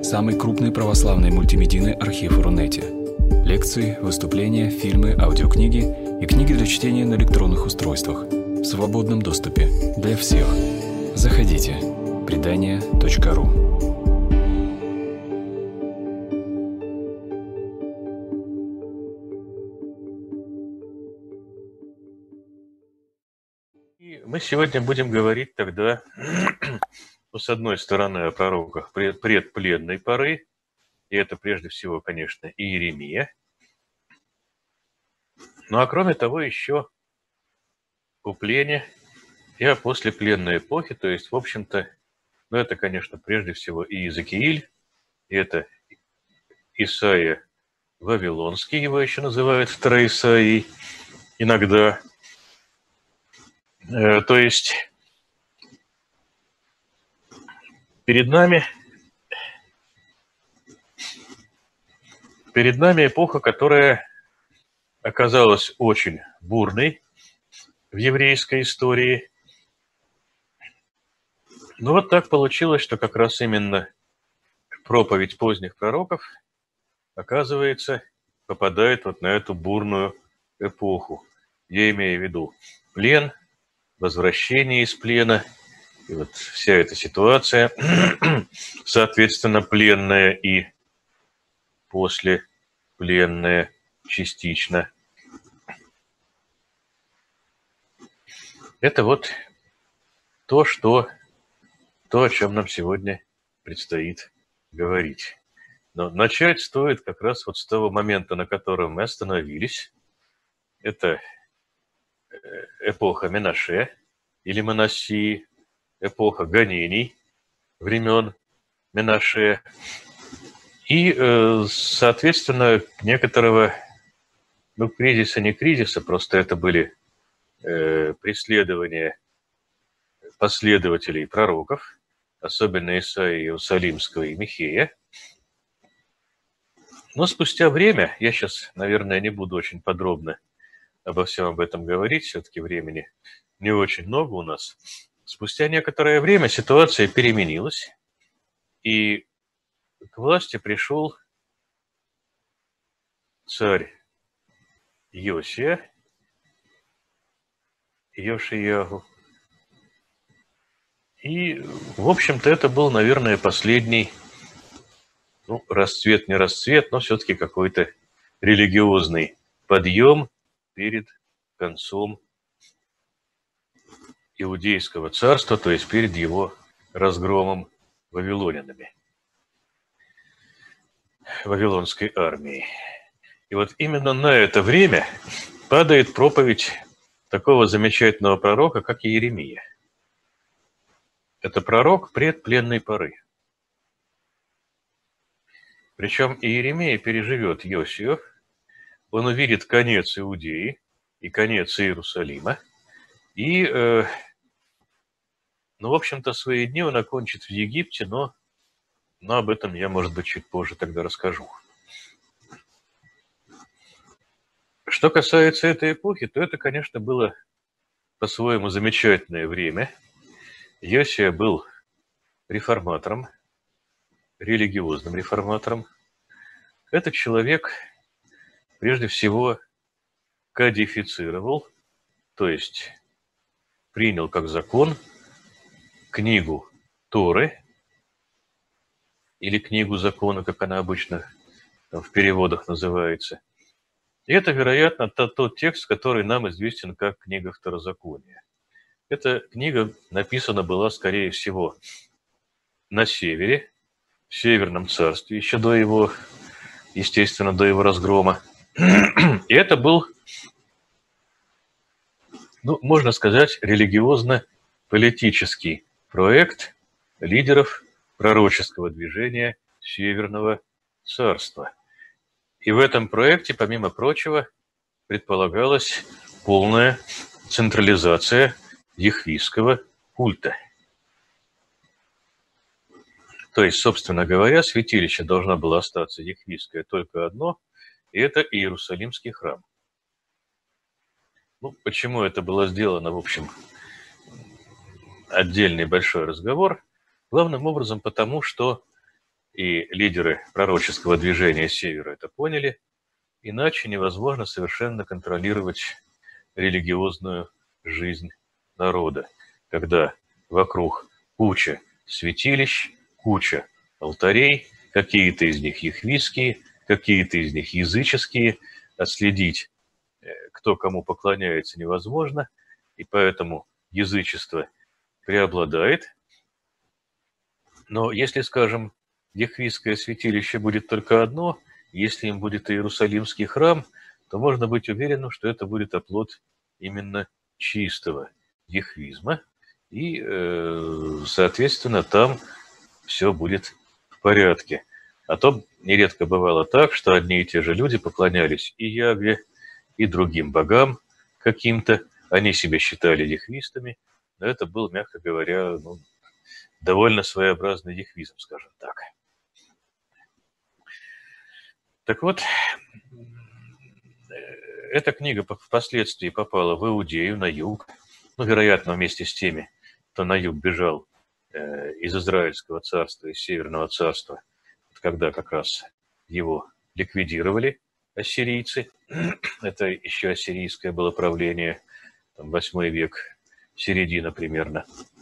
самый крупный православный мультимедийный архив Рунете. Лекции, выступления, фильмы, аудиокниги и книги для чтения на электронных устройствах в свободном доступе для всех. Заходите. Предания.ру. Мы сегодня будем говорить тогда, с одной стороны, о пророках предпленной поры, и это прежде всего, конечно, Иеремия. Ну а кроме того, еще о плене и о послепленной эпохе, то есть, в общем-то, ну это, конечно, прежде всего и Иезекииль, и это Исаия Вавилонский, его еще называют Второй Исаией иногда. То есть перед нами эпоха, которая оказалась очень бурной в еврейской истории. Но вот так получилось, что как раз именно проповедь поздних пророков, оказывается, попадает вот на эту бурную эпоху. Я имею в виду плен, возвращение из плена, и вот вся эта ситуация, соответственно, пленная и послепленная частично. Это вот то, о чем нам сегодня предстоит говорить. Но начать стоит как раз вот с того момента, на котором мы остановились. Это эпоха Менаше или Манассии, эпоха гонений времен Менаше и, соответственно, некоторого, кризиса, не кризиса, просто это были преследования последователей пророков, особенно Исаии Иерусалимского и Михея. Но спустя время, я сейчас, наверное, не буду очень подробно обо всем об этом говорить, все-таки времени не очень много у нас. Спустя некоторое время ситуация переменилась, и к власти пришел царь Йошия, Йошиягу. И, в общем-то, это был, наверное, последний, расцвет, не расцвет, но все-таки какой-то религиозный подъем перед концом Иудейского царства, то есть перед его разгромом вавилонянами, вавилонской армией. И вот именно на это время падает проповедь такого замечательного пророка, как Иеремия. Это пророк предпленной поры. Причем Иеремия переживет Йосию, он увидит конец Иудеи и конец Иерусалима, и, в общем-то, свои дни он окончит в Египте, но об этом я, может быть, чуть позже тогда расскажу. Что касается этой эпохи, то это, конечно, было по-своему замечательное время. Йосия был реформатором, религиозным реформатором. Этот человек, прежде всего, кодифицировал, то есть принял как закон книгу Торы, или книгу закона, как она обычно в переводах называется. И это, вероятно, тот текст, который нам известен как книга Второзакония. Эта книга написана была, скорее всего, на севере, в Северном царстве, еще до его, естественно, до его разгрома. И это был, можно сказать, религиозно-политический проект лидеров пророческого движения Северного царства. И в этом проекте, помимо прочего, предполагалась полная централизация яхвистского культа. То есть, собственно говоря, святилище должно было остаться яхвистское только одно, и это Иерусалимский храм. Почему это было сделано, в общем, отдельный большой разговор. Главным образом потому, что И лидеры пророческого движения севера это поняли. Иначе невозможно совершенно контролировать религиозную жизнь народа, когда вокруг куча святилищ, куча алтарей, какие-то из них яхвистские, какие-то из них языческие, отследить, кто кому поклоняется, невозможно, и поэтому язычество преобладает. Но если, скажем, яхвистское святилище будет только одно, если им будет Иерусалимский храм, то можно быть уверенным, что это будет оплот именно чистого яхвизма, и, соответственно, там все будет в порядке. А то нередко бывало так, что одни и те же люди поклонялись и Ягве, и другим богам каким-то. Они себя считали яхвистами, но это был, мягко говоря, довольно своеобразный яхвизм, скажем так. Так вот, эта книга впоследствии попала в Иудею, на юг, вероятно, вместе с теми, кто на юг бежал из Израильского царства, из Северного царства, когда как раз его ликвидировали ассирийцы. Это еще ассирийское было правление, 8 век, середина примерно.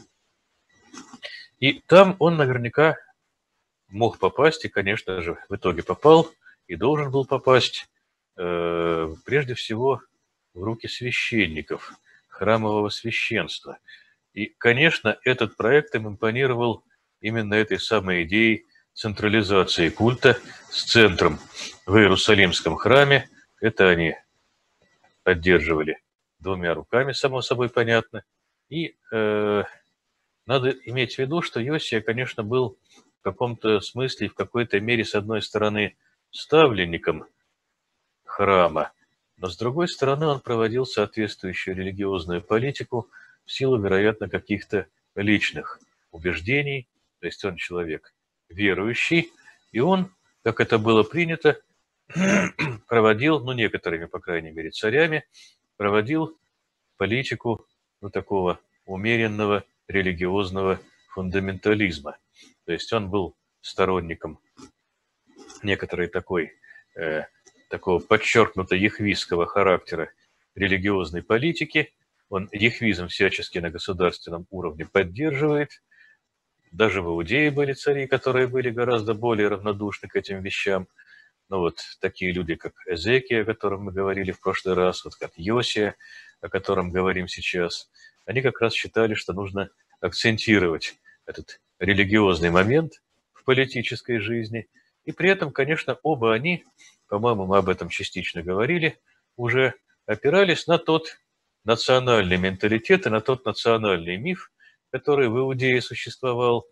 И там он наверняка мог попасть, и, конечно же, в итоге попал, и должен был попасть, прежде всего, в руки священников, храмового священства. И, конечно, этот проект им импонировал именно этой самой идеей централизации культа с центром в Иерусалимском храме. Это они поддерживали двумя руками, само собой понятно. И надо иметь в виду, что Иосия, конечно, был в каком-то смысле, в какой-то мере, с одной стороны, ставленником храма, но с другой стороны он проводил соответствующую религиозную политику в силу, вероятно, каких-то личных убеждений, то есть он человек верующий, и он, как это было принято, проводил, некоторыми, по крайней мере, царями, проводил политику такого умеренного религиозного фундаментализма. То есть он был сторонником некоторой такого подчеркнуто яхвистского характера религиозной политики. Он яхвизм всячески на государственном уровне поддерживает. Даже в Иудее были цари, которые были гораздо более равнодушны к этим вещам. Такие люди, как Эзекия, о котором мы говорили в прошлый раз, как Иосия, о котором говорим сейчас, они как раз считали, что нужно акцентировать этот религиозный момент в политической жизни. И при этом, конечно, оба они, по-моему, мы об этом частично говорили, уже опирались на тот национальный менталитет и на тот национальный миф, который в Иудее существовал.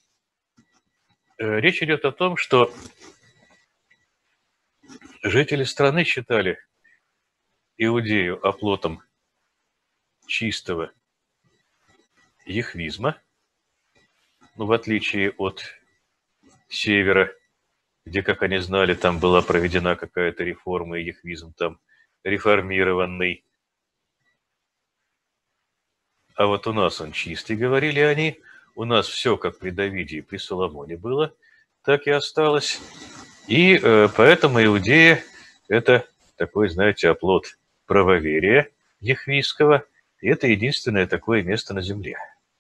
Речь идет о том, что жители страны считали Иудею оплотом чистого яхвизма, в отличие от севера, где, как они знали, там была проведена какая-то реформа, и яхвизм там реформированный. А вот у нас он чистый, говорили они, у нас все как при Давиде и при Соломоне было, так и осталось. И поэтому Иудея – это такой, знаете, оплот правоверия яхвистского, и это единственное такое место на земле.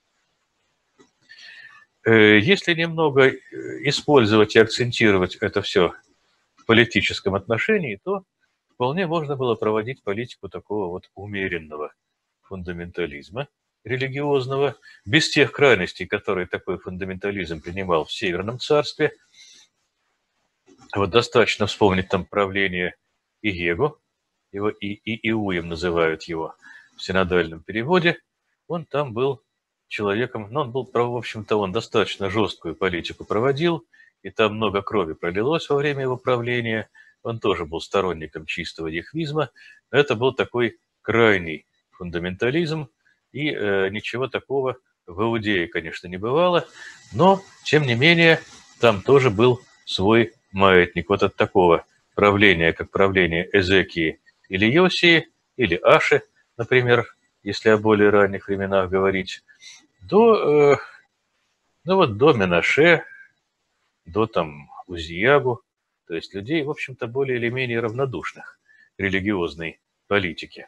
Если немного использовать и акцентировать это все в политическом отношении, то вполне можно было проводить политику такого умеренного фундаментализма религиозного, без тех крайностей, которые такой фундаментализм принимал в Северном царстве. Достаточно вспомнить там правление Иегу, его Иуем называют его в синодальном переводе. Он там был человеком, он был, в общем-то, он достаточно жесткую политику проводил, и там много крови пролилось во время его правления. Он тоже был сторонником чистого яхвизма, но это был такой крайний фундаментализм, и ничего такого в Иудее, конечно, не бывало, но, тем не менее, там тоже был свой маятник от такого правления, как правление Эзекии или Иосии, или Аши, например, если о более ранних временах говорить, до Менаше, до там Узиягу, то есть людей, в общем-то, более или менее равнодушных к религиозной политике.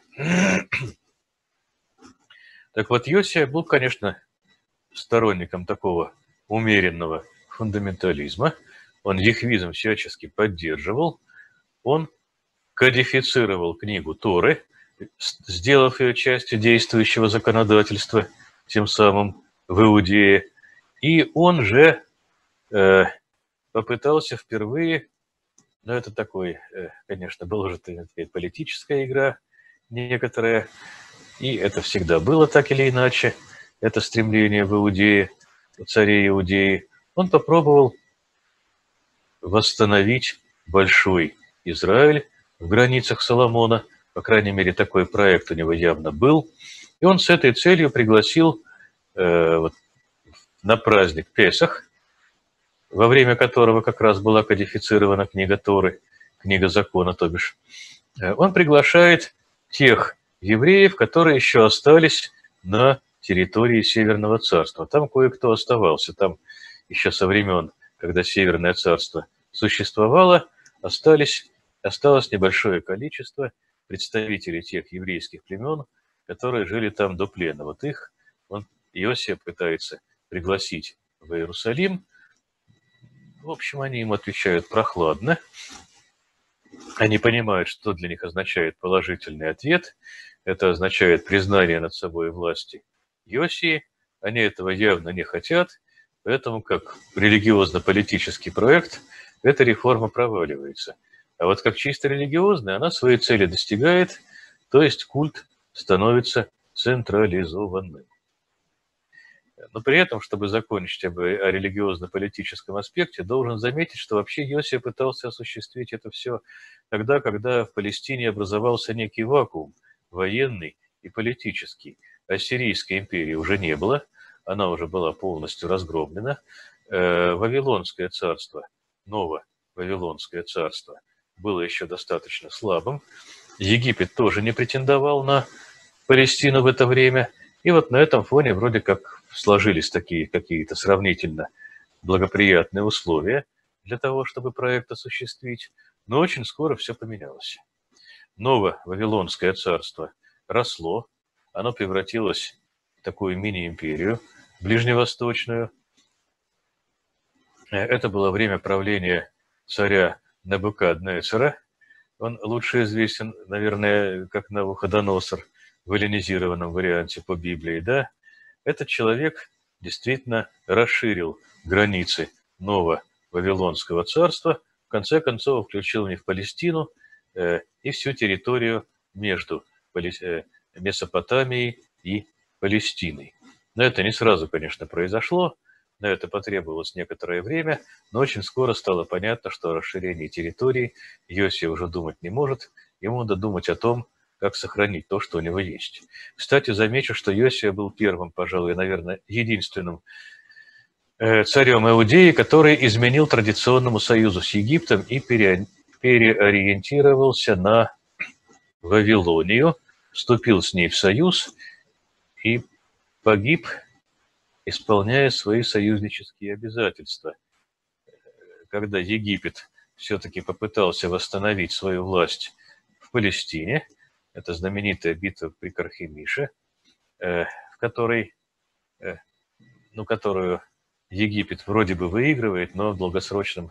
Так вот, Йосия был, конечно, сторонником такого умеренного фундаментализма. Он яхвизм всячески поддерживал. Он кодифицировал книгу Торы, сделав ее частью действующего законодательства, тем самым в Иудее. И он же попытался впервые, но это такой, конечно, была уже политическая игра некоторая, и это всегда было так или иначе, это стремление в Иудее, у царей Иудеи. Он попробовал восстановить большой Израиль в границах Соломона, по крайней мере, такой проект у него явно был, и он с этой целью пригласил на праздник Песах, во время которого как раз была кодифицирована книга Торы, книга закона, то бишь, он приглашает тех евреев, которые еще остались на территории Северного царства. Там кое-кто оставался, там еще со времен, когда Северное царство существовало, осталось небольшое количество представителей тех еврейских племен, которые жили там до плена. Вот их Иосия пытается пригласить в Иерусалим. В общем, они им отвечают прохладно. Они понимают, что для них означает положительный ответ. Это означает признание над собой власти Йосии. Они этого явно не хотят, поэтому как религиозно-политический проект эта реформа проваливается. А вот как чисто религиозная, она своей цели достигает, то есть культ становится централизованным. Но при этом, чтобы закончить о религиозно-политическом аспекте, должен заметить, что вообще Йосия пытался осуществить это все тогда, когда в Палестине образовался некий вакуум, военный и политический. Ассирийской империи уже не было, она уже была полностью разгромлена. Вавилонское царство, Ново-Вавилонское царство, было еще достаточно слабым. Египет тоже не претендовал на Палестину в это время. И вот на этом фоне вроде как сложились такие какие-то сравнительно благоприятные условия для того, чтобы проект осуществить. Но очень скоро все поменялось. Ново-Вавилонское царство росло, оно превратилось в такую мини-империю ближневосточную. Это было время правления царя Набукаднецера. Он лучше известен, наверное, как Навуходоносор в эллинизированном варианте по Библии, да? Этот человек действительно расширил границы Ново-Вавилонского царства, в конце концов включил в них Палестину и всю территорию между Месопотамией и Палестиной. Но это не сразу, конечно, произошло, на это потребовалось некоторое время, но очень скоро стало понятно, что о расширении территории Йосия уже думать не может, ему надо думать о том, как сохранить то, что у него есть. Кстати, замечу, что Йосия был первым, пожалуй, наверное, единственным царем Иудеи, который изменил традиционному союзу с Египтом и переориентировался на Вавилонию, вступил с ней в союз и погиб, исполняя свои союзнические обязательства. Когда Египет все-таки попытался восстановить свою власть в Палестине, это знаменитая битва при Кархемише, в которой, которую Египет вроде бы выигрывает, но в долгосрочной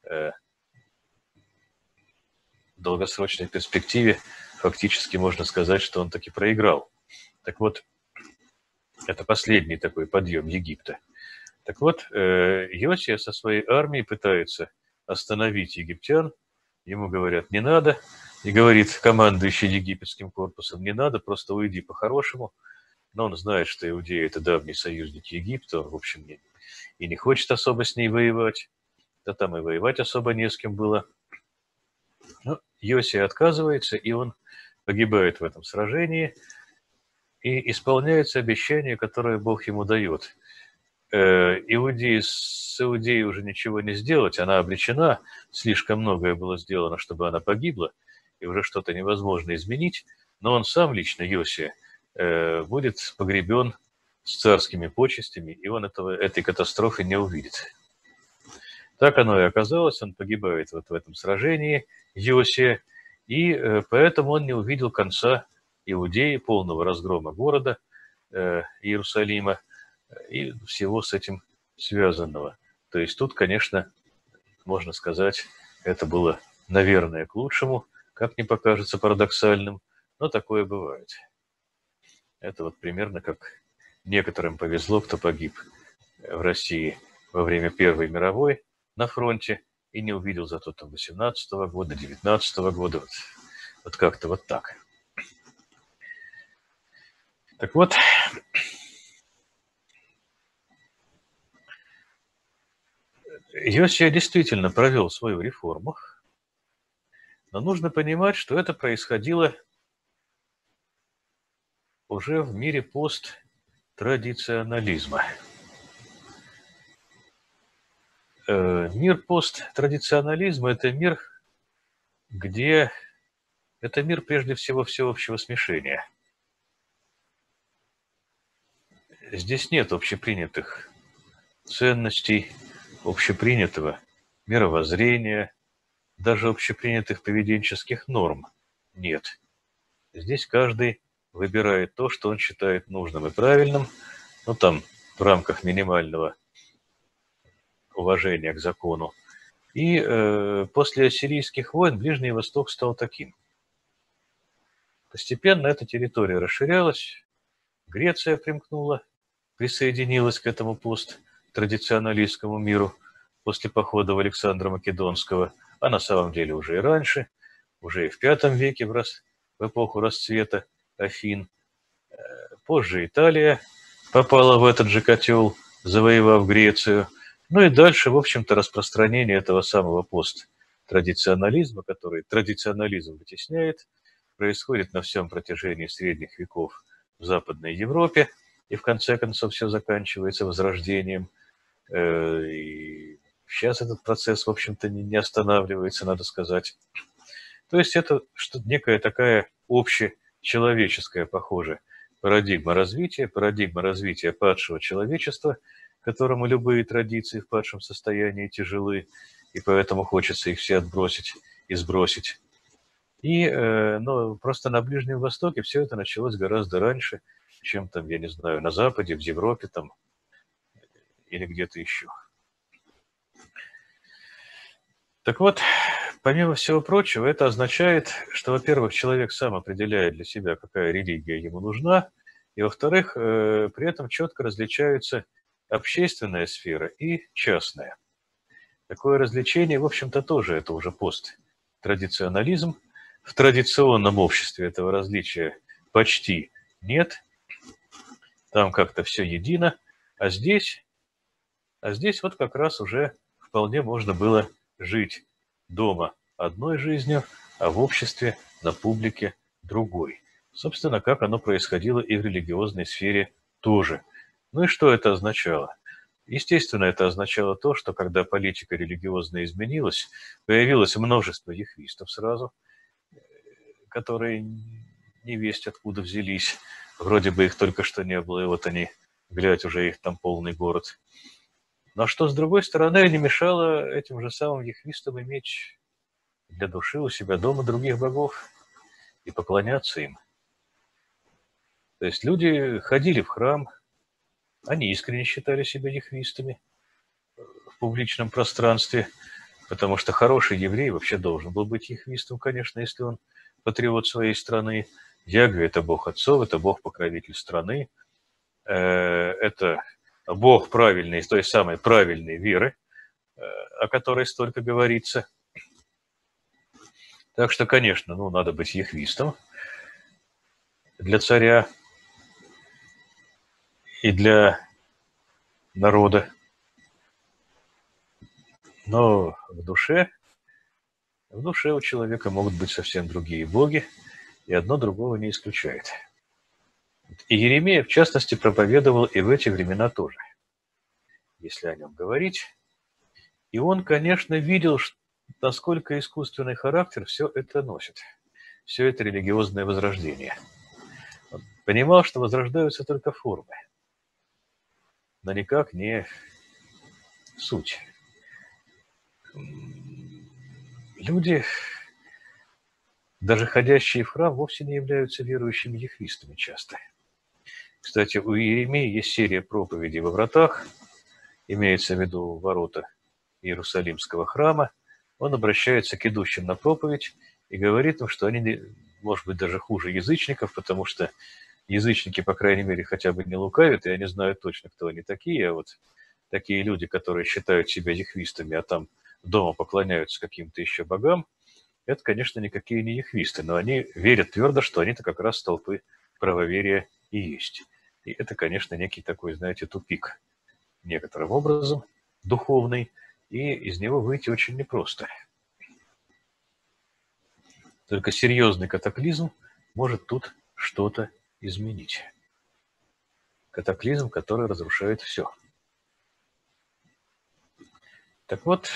перспективе фактически можно сказать, что он таки проиграл. Так вот, это последний такой подъем Египта. Так вот, Йосия со своей армией пытается остановить египтян. Ему говорят, не надо. И говорит командующий египетским корпусом, не надо, просто уйди по-хорошему. Но он знает, что Иудея – это давний союзник Египта. Он, в общем, и не хочет особо с ней воевать. Да там и воевать особо не с кем было. Но Йосия отказывается, и он погибает в этом сражении. И исполняется обещание, которое Бог ему дает. С Иудеей уже ничего не сделать, она обречена, слишком многое было сделано, чтобы она погибла, и уже что-то невозможно изменить, но он сам лично, Йосия, будет погребен с царскими почестями, и он этой катастрофы не увидит. Так оно и оказалось, он погибает вот в этом сражении, Йосия, и поэтому он не увидел конца Иудеи, полного разгрома города Иерусалима и всего с этим связанного. То есть тут, конечно, можно сказать, это было, наверное, к лучшему, как не покажется парадоксальным, но такое бывает. Это вот примерно как некоторым повезло, кто погиб в России во время Первой мировой на фронте и не увидел зато там 18-го года, 19-го года. Вот как-то вот так. Так вот, Йосия действительно провел свою реформу, но нужно понимать, что это происходило уже в мире посттрадиционализма. Мир посттрадиционализма – это мир, где это мир прежде всего всеобщего смешения. Здесь нет общепринятых ценностей, общепринятого мировоззрения, даже общепринятых поведенческих норм нет. Здесь каждый выбирает то, что он считает нужным и правильным, ну там в рамках минимального уважения к закону. И после ассирийских войн Ближний Восток стал таким. Постепенно эта территория расширялась, Греция примкнула, присоединилась к этому посттрадиционалистскому миру после похода Александра Македонского, а на самом деле уже и раньше, уже и в V веке, в эпоху расцвета Афин. Позже Италия попала в этот же котел, завоевав Грецию. Ну и дальше, в общем-то, распространение этого самого посттрадиционализма, который традиционализм вытесняет, происходит на всем протяжении средних веков в Западной Европе, и в конце концов все заканчивается возрождением. И сейчас этот процесс, в общем-то, не останавливается, надо сказать. То есть это некая такая общечеловеческая, похоже, парадигма развития падшего человечества, которому любые традиции в падшем состоянии тяжелы, и поэтому хочется их все отбросить и сбросить. Но просто на Ближнем Востоке все это началось гораздо раньше, чем там, я не знаю, на Западе, в Европе там или где-то еще. Так вот, помимо всего прочего, это означает, что, во-первых, человек сам определяет для себя, какая религия ему нужна, и, во-вторых, при этом четко различаются общественная сфера и частная. Такое развлечение, в общем-то, тоже это уже посттрадиционализм. В традиционном обществе этого различия почти нет. Там как-то все едино. А здесь вот как раз уже вполне можно было жить дома одной жизнью, а в обществе, на публике другой. Собственно, как оно происходило и в религиозной сфере тоже. Ну и что это означало? Естественно, это означало то, что когда политика религиозная изменилась, появилось множество яхвистов сразу, которые не весть откуда взялись. Вроде бы их только что не было, и вот они, глядь, уже их там полный город. Но что, с другой стороны, не мешало этим же самым яхвистам иметь для души у себя дома других богов и поклоняться им. То есть люди ходили в храм, они искренне считали себя яхвистами в публичном пространстве, потому что хороший еврей вообще должен был быть яхвистом, конечно, если он патриот своей страны. Ягве – это бог отцов, это бог-покровитель страны, это бог правильный, той самой правильной веры, о которой столько говорится. Так что, конечно, надо быть яхвистом для царя и для народа. Но в душе у человека могут быть совсем другие боги, и одно другого не исключает. И Иеремия, в частности, проповедовал и в эти времена тоже, если о нем говорить. И он, конечно, видел, насколько искусственный характер все это носит, все это религиозное возрождение. Он понимал, что возрождаются только формы, но никак не суть. люди, даже ходящие в храм, вовсе не являются верующими яхвистами часто. Кстати, у Иеремии есть серия проповедей во вратах, имеется в виду ворота Иерусалимского храма. Он обращается к идущим на проповедь и говорит им, что они, может быть, даже хуже язычников, потому что язычники, по крайней мере, хотя бы не лукавят, и они знают точно, кто они такие. А вот такие люди, которые считают себя яхвистами, а там дома поклоняются каким-то еще богам, это, конечно, никакие не яхвисты, но они верят твердо, что они-то как раз столпы правоверия и есть. И это, конечно, некий такой, знаете, тупик некоторым образом, духовный, и из него выйти очень непросто. Только серьезный катаклизм может тут что-то изменить. Катаклизм, который разрушает все. Так вот,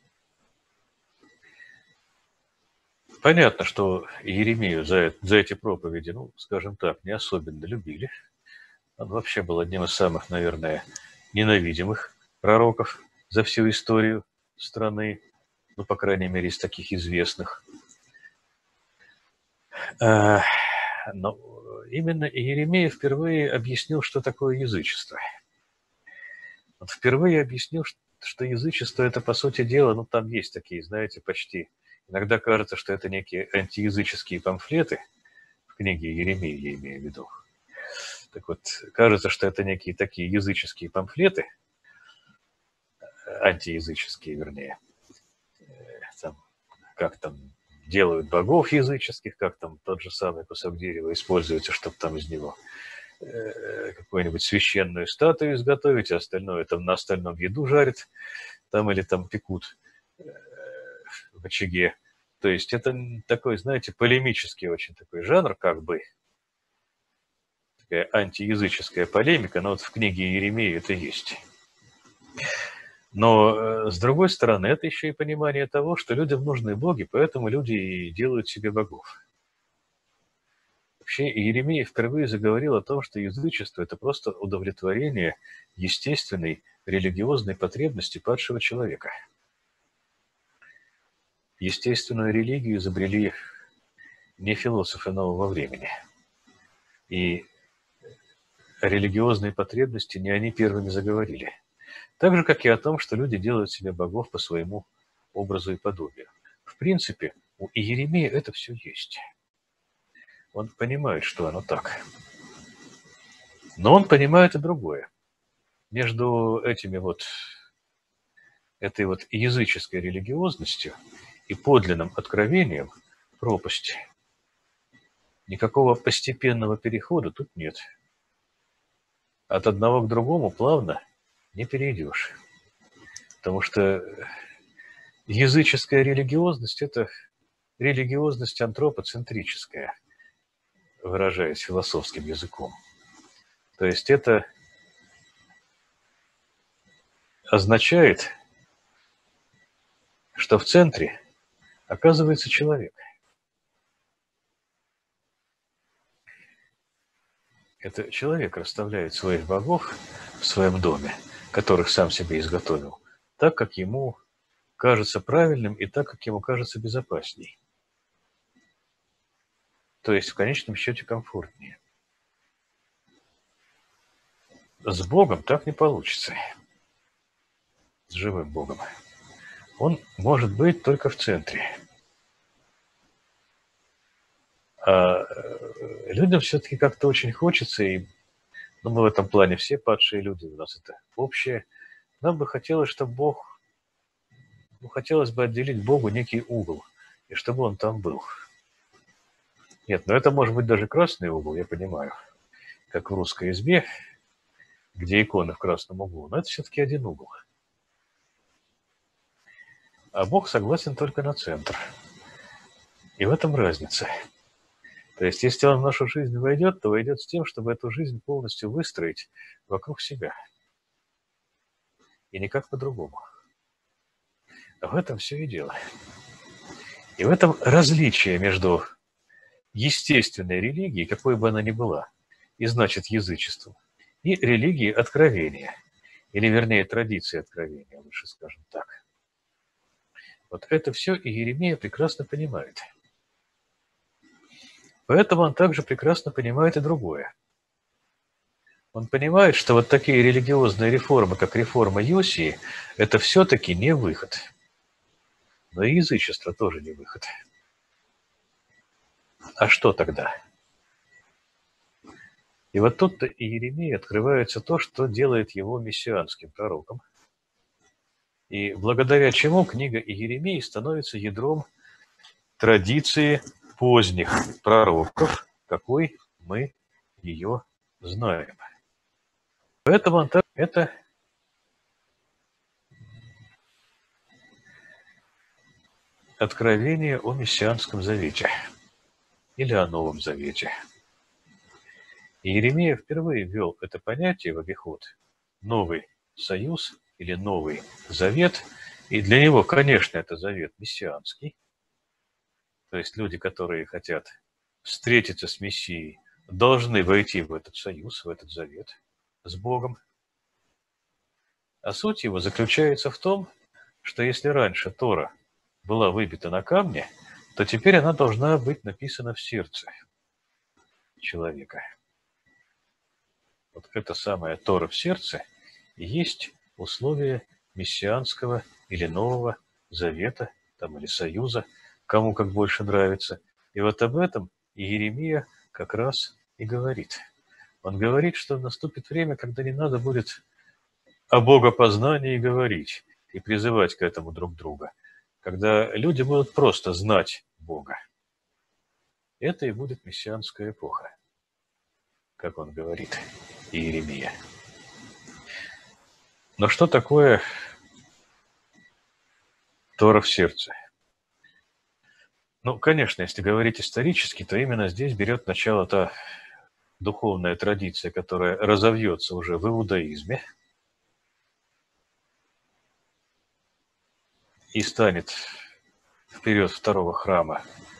понятно, что Иеремию за эти проповеди, ну, скажем так, не особенно любили. Он вообще был одним из самых, наверное, ненавидимых пророков за всю историю страны, ну, по крайней мере, из таких известных. Но именно Иеремия впервые объяснил, что такое язычество. Он впервые объяснил, что язычество – это, по сути дела, ну, там есть такие, знаете, почти... Иногда кажется, что это некие антиязыческие памфлеты, в книге Иеремии, я имею в виду. Так вот, кажется, что это некие такие языческие памфлеты, антиязыческие, вернее, там, как там делают богов языческих, как там тот же самый кусок дерева используется, чтобы там из него какую-нибудь священную статую изготовить, а остальное там на остальном еду жарят, там или там пекут в очаге. То есть это такой, знаете, полемический очень такой жанр, как бы, такая антиязыческая полемика, но вот в книге Иеремии это есть. Но, с другой стороны, это еще и понимание того, что людям нужны боги, поэтому люди и делают себе богов. Вообще, Иеремия впервые заговорил о том, что язычество – это просто удовлетворение естественной религиозной потребности падшего человека. Естественную религию изобрели не философы нового времени. И религиозные потребности не они первыми заговорили. Так же, как и о том, что люди делают себе богов по своему образу и подобию. В принципе, у Иеремии это все есть. Он понимает, что оно так. Но он понимает и другое. Между этой вот языческой религиозностью и подлинным откровением пропасть. Никакого постепенного перехода тут нет. От одного к другому плавно не перейдешь. Потому что языческая религиозность – это религиозность антропоцентрическая, выражаясь философским языком. То есть это означает, что в центре оказывается человек. Это человек расставляет своих богов в своем доме, которых сам себе изготовил, так, как ему кажется правильным и так, как ему кажется безопасней. То есть в конечном счете комфортнее. С Богом так не получится. С живым Богом. Он может быть только в центре. А людям все-таки как-то очень хочется, и мы в этом плане все падшие люди, у нас это общее. Нам бы хотелось, чтобы Бог, хотелось бы отделить Богу некий угол, и чтобы он там был. Нет, это может быть даже красный угол, я понимаю, как в русской избе, где иконы в красном углу, но это все-таки один угол. А Бог согласен только на центр. И в этом разница. То есть, если он в нашу жизнь войдет, то войдет с тем, чтобы эту жизнь полностью выстроить вокруг себя. И никак по-другому. А в этом все и дело. И в этом различие между естественной религией, какой бы она ни была, и значит язычеством, и религией откровения, или вернее традицией откровения, лучше скажем так. Вот это все и Иеремия прекрасно понимает. Поэтому он также прекрасно понимает и другое. Он понимает, что вот такие религиозные реформы, как реформа Йосии, это все-таки не выход. Но и язычество тоже не выход. А что тогда? И вот тут-то Иеремии открывается то, что делает его мессианским пророком. И благодаря чему книга Иеремии становится ядром традиции поздних пророков, какой мы ее знаем. Поэтому это откровение о мессианском завете или о Новом Завете. Иеремия впервые ввел это понятие в обиход. Новый союз или Новый Завет. И для него, конечно, это завет мессианский. То есть люди, которые хотят встретиться с Мессией, должны войти в этот союз, в этот завет с Богом. А суть его заключается в том, что если раньше Тора была выбита на камне, то теперь она должна быть написана в сердце человека. Вот эта самая Тора в сердце и есть условие мессианского или Нового Завета, там, или Союза, кому как больше нравится. И вот об этом Иеремия как раз и говорит. Он говорит, что наступит время, когда не надо будет о богопознании говорить и призывать к этому друг друга, когда люди будут просто знать Бога. Это и будет мессианская эпоха, как он говорит, Иеремия. Но что такое Тора в сердце? Ну, конечно, если говорить исторически, то именно здесь берет начало та духовная традиция, которая разовьется уже в иудаизме и станет в период второго храма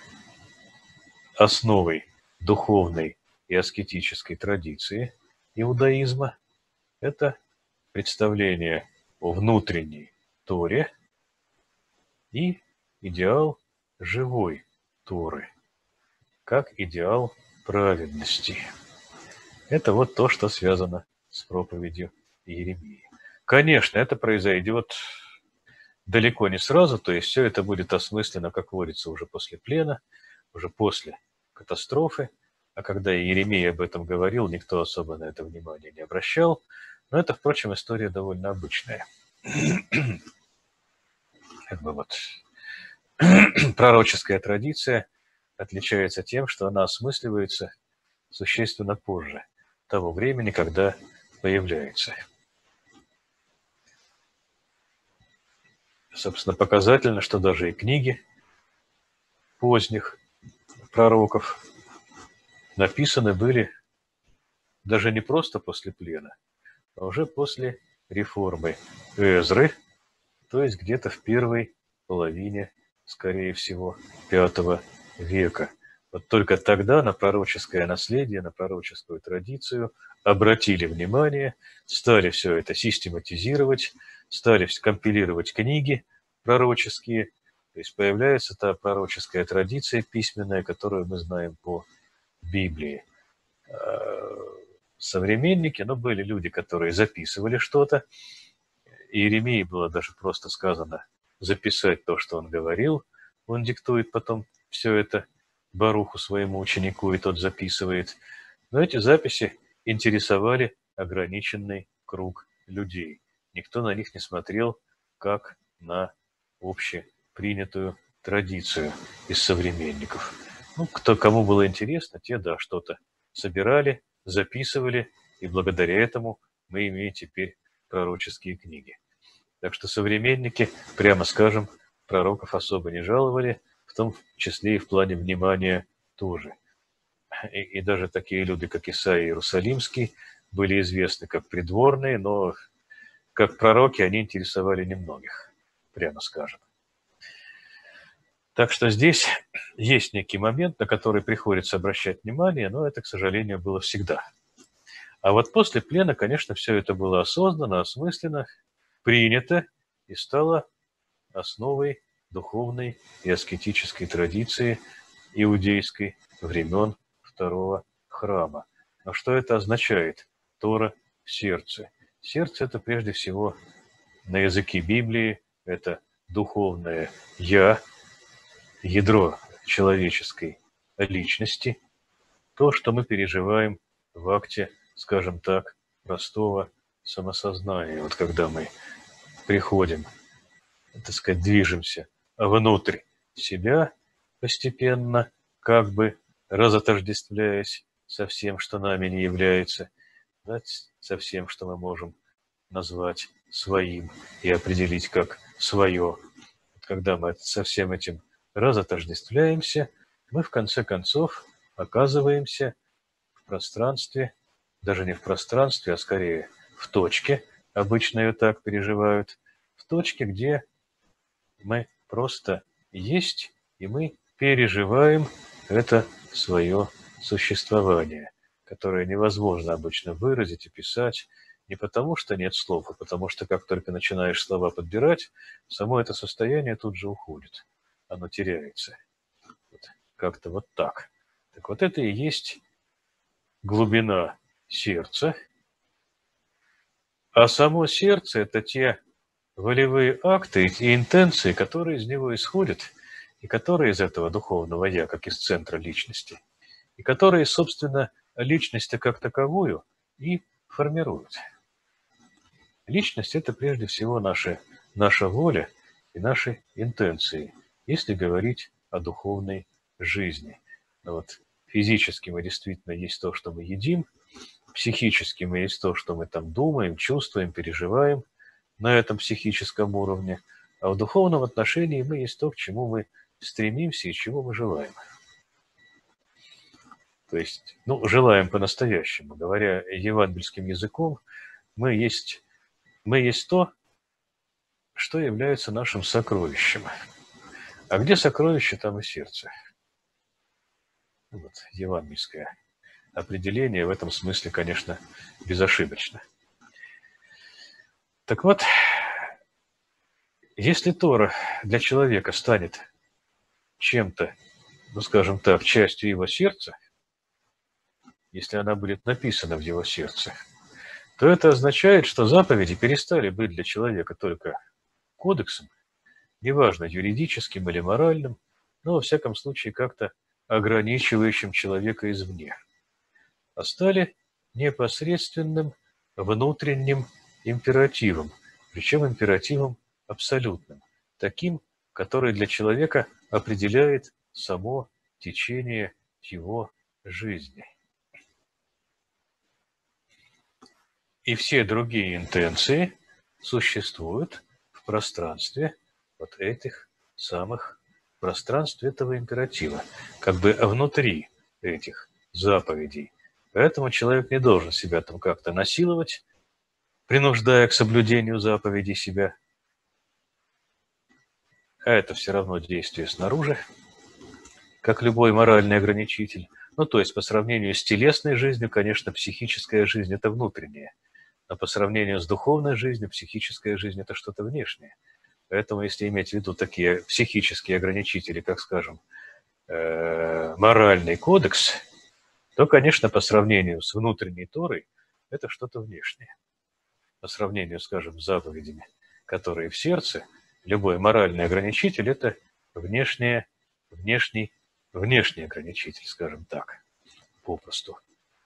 основой духовной и аскетической традиции иудаизма. Это представление о внутренней Торе и идеал живой Торы, как идеал праведности. Это вот то, что связано с проповедью Иеремии. Конечно, это произойдет далеко не сразу, то есть все это будет осмысленно, как говорится, уже после плена, уже после катастрофы. А когда Иеремия об этом говорил, никто особо на это внимание не обращал. Но это, впрочем, история довольно обычная. Как бы вот пророческая традиция отличается тем, что она осмысливается существенно позже того времени, когда появляется. Собственно, показательно, что даже и книги поздних пророков написаны были даже не просто после плена, а уже после реформы Эзры, то есть где-то в первой половине, скорее всего, V века. Вот только тогда на пророческое наследие, на пророческую традицию обратили внимание, стали все это систематизировать, стали компилировать книги пророческие, то есть появляется та пророческая традиция письменная, которую мы знаем по Библии. Современники, были люди, которые записывали что-то. Иеремии было даже просто сказано записать то, что он говорил. Он диктует потом все это Баруху, своему ученику, и тот записывает. Но эти записи интересовали ограниченный круг людей. Никто на них не смотрел, как на общепринятую традицию из современников. Кому было интересно, те, да, что-то собирали, записывали, и благодаря этому мы имеем теперь пророческие книги. Так что современники, прямо скажем, пророков особо не жаловали, в том числе и в плане внимания тоже. И даже такие люди, как Исаия Иерусалимский, были известны как придворные, но как пророки они интересовали немногих, прямо скажем. Так что здесь есть некий момент, на который приходится обращать внимание, но это, к сожалению, было всегда. А вот после плена, конечно, все это было осознанно, осмысленно, принято и стало основой духовной и аскетической традиции иудейской времен второго храма. Но что это означает? Тора в сердце. Сердце – это прежде всего на языке Библии, это духовное «я», ядро человеческой личности, то, что мы переживаем в акте, скажем так, простого самосознания. Вот когда мы приходим, так сказать, движемся внутрь себя постепенно, как бы разотождествляясь со всем, что нами не является, да, со всем, что мы можем назвать своим и определить как свое. Когда мы со всем этим разотождествляемся, мы в конце концов оказываемся в пространстве, даже не в пространстве, а скорее в точке, обычно ее так переживают, в точке, где мы просто есть, и мы переживаем это свое существование, которое невозможно обычно выразить, описать, не потому что нет слов, а потому что как только начинаешь слова подбирать, само это состояние тут же уходит, оно теряется. Вот, как-то вот так. Так вот это и есть глубина сердца, а само сердце – это те волевые акты и интенции, которые из него исходят, и которые из этого духовного «я», как из центра личности, и которые, собственно, личность как таковую и формируют. Личность – это прежде всего наша воля и наши интенции, если говорить о духовной жизни. Но вот физически мы действительно есть то, что мы едим, психически мы есть то, что мы там думаем, чувствуем, переживаем на этом психическом уровне, а в духовном отношении мы есть то, к чему мы стремимся и чего мы желаем. То есть, желаем по-настоящему. Говоря евангельским языком, мы есть то, что является нашим сокровищем. А где сокровище, там и сердце. Вот, евангельское определение в этом смысле, конечно, безошибочно. Так вот, если Тора для человека станет чем-то, скажем так, частью его сердца, если она будет написана в его сердце, то это означает, что заповеди перестали быть для человека только кодексом, неважно, юридическим или моральным, но, во всяком случае, как-то ограничивающим человека извне, а стали непосредственным внутренним императивом, причем императивом абсолютным, таким, который для человека определяет само течение его жизни. И все другие интенции существуют в пространстве вот этих самых пространств этого императива, как бы внутри этих заповедей. Поэтому человек не должен себя там как-то насиловать, принуждая к соблюдению заповедей себя. А это все равно действие снаружи, как любой моральный ограничитель. То есть по сравнению с телесной жизнью, конечно, психическая жизнь – это внутреннее. Но по сравнению с духовной жизнью, психическая жизнь – это что-то внешнее. Поэтому, если иметь в виду такие психические ограничители, как, скажем, моральный кодекс, то, конечно, по сравнению с внутренней Торой, это что-то внешнее. По сравнению, скажем, с заповедями, которые в сердце, любой моральный ограничитель – это внешний ограничитель, скажем так, попросту.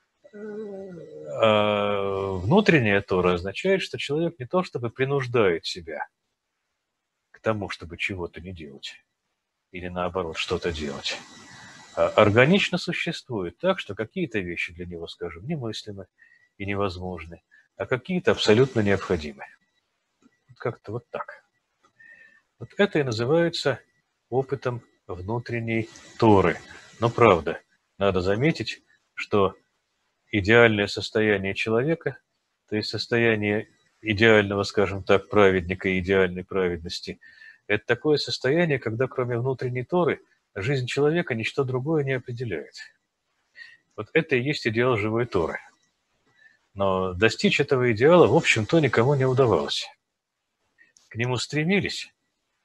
А внутренняя Тора означает, что человек не то чтобы принуждает себя к тому, чтобы чего-то не делать, или наоборот что-то делать, а органично существует так, что какие-то вещи для него, скажем, немыслимы и невозможны, а какие-то абсолютно необходимы. Как-то вот так. Вот это и называется опытом внутренней Торы. Но правда, надо заметить, что идеальное состояние человека, то есть состояние идеального, скажем так, праведника и идеальной праведности, это такое состояние, когда кроме внутренней Торы жизнь человека ничто другое не определяет. Вот это и есть идеал живой Торы. Но достичь этого идеала, в общем-то, никому не удавалось. К нему стремились,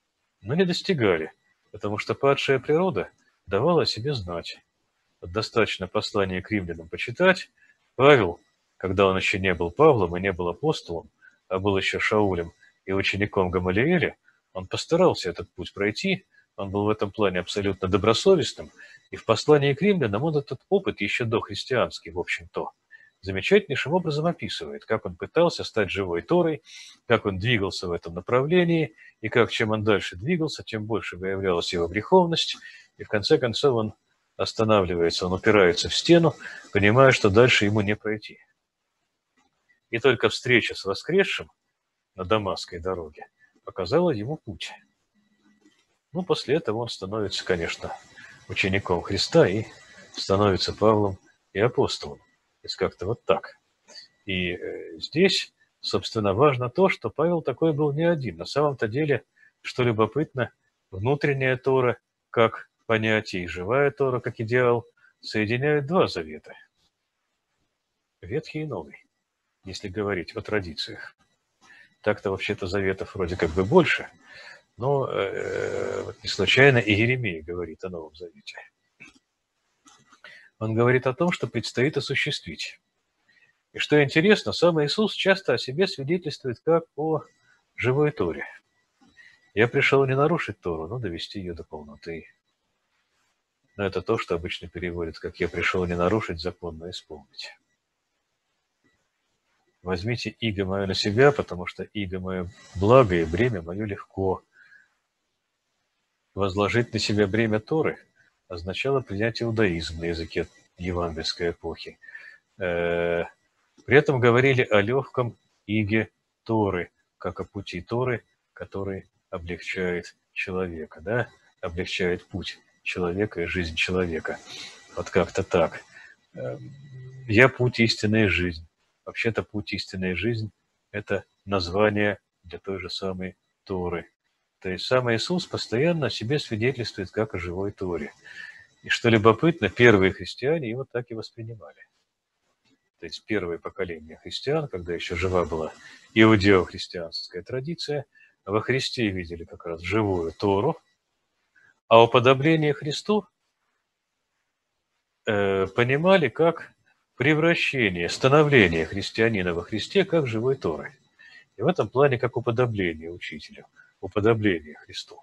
но не достигали, потому что падшая природа давала о себе знать. Вот достаточно послание к римлянам почитать. Павел, когда он еще не был Павлом и не был апостолом, а был еще Шаулем и учеником Гамалиэля, он постарался этот путь пройти, он был в этом плане абсолютно добросовестным, и в послании к римлянам он этот опыт еще дохристианский, в общем-то, замечательнейшим образом описывает, как он пытался стать живой Торой, как он двигался в этом направлении, и как чем он дальше двигался, тем больше выявлялась его греховность, и в конце концов он останавливается, он упирается в стену, понимая, что дальше ему не пройти. И только встреча с воскресшим на Дамасской дороге показала ему путь. Ну, после этого он становится, конечно, учеником Христа и становится Павлом и апостолом. То есть как-то вот так. И здесь, собственно, важно то, что Павел такой был не один. На самом-то деле, что любопытно, внутренняя Тора, как понятие, и живая Тора, как идеал, соединяют два завета. Ветхий и Новый, если говорить о традициях. Так-то вообще-то заветов вроде как бы больше, но не случайно и Иеремия говорит о Новом Завете. Он говорит о том, что предстоит осуществить. И что интересно, сам Иисус часто о себе свидетельствует как о живой Торе. Я пришел не нарушить Тору, но довести ее до полноты. Но это то, что обычно переводят, как «я пришел не нарушить закон, но исполнить». Возьмите иго мое на себя, потому что иго мое благо и бремя мое легко. Возложить на себя бремя Торы означало принять иудаизм на языке евангельской эпохи. При этом говорили о легком иге Торы, как о пути Торы, который облегчает человека, да? Облегчает путь человека и жизнь человека. Вот как-то так. Я путь истинная жизнь. Вообще-то путь истинная жизнь – это название для той же самой Торы. То есть сам Иисус постоянно о себе свидетельствует как о живой Торе. И что любопытно, первые христиане его так и воспринимали. То есть первое поколение христиан, когда еще жива была иудео-христианская традиция, во Христе видели как раз живую Тору, а уподобление Христу понимали как превращение, становление христианина во Христе как живой Торы. И в этом плане как уподобление учителю, уподобление Христу.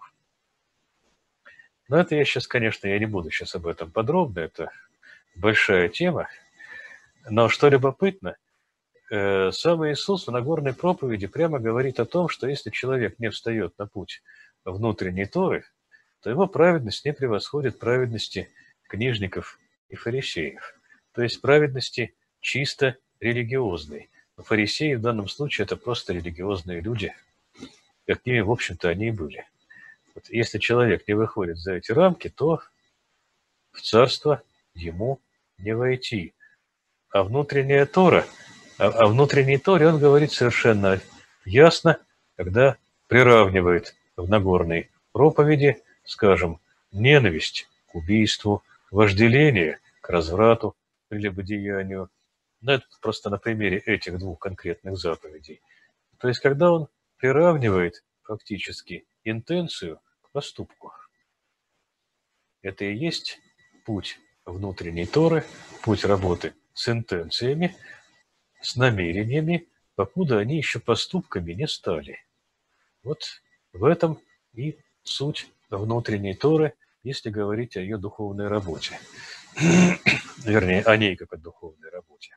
Но это я сейчас, конечно, я не буду сейчас об этом подробно, это большая тема. Но что любопытно, сам Иисус в Нагорной проповеди прямо говорит о том, что если человек не встает на путь внутренней Торы, то его праведность не превосходит праведности книжников и фарисеев. То есть праведности чисто религиозной. Но фарисеи в данном случае это просто религиозные люди, какими, в общем-то, они и были. Вот если человек не выходит за эти рамки, то в царство ему не войти. А внутренняя Тора, о внутренней Торе он говорит совершенно ясно, когда приравнивает в Нагорной проповеди, скажем, ненависть к убийству, вожделение к разврату, прелюбодеянию. Но это просто на примере этих двух конкретных заповедей. То есть, когда он приравнивает фактически интенцию к поступку. Это и есть путь внутренней Торы, путь работы с интенциями, с намерениями, покуда они еще поступками не стали. Вот в этом и суть внутренней Торы, если говорить о ее духовной работе. Вернее, о ней как о духовной работе.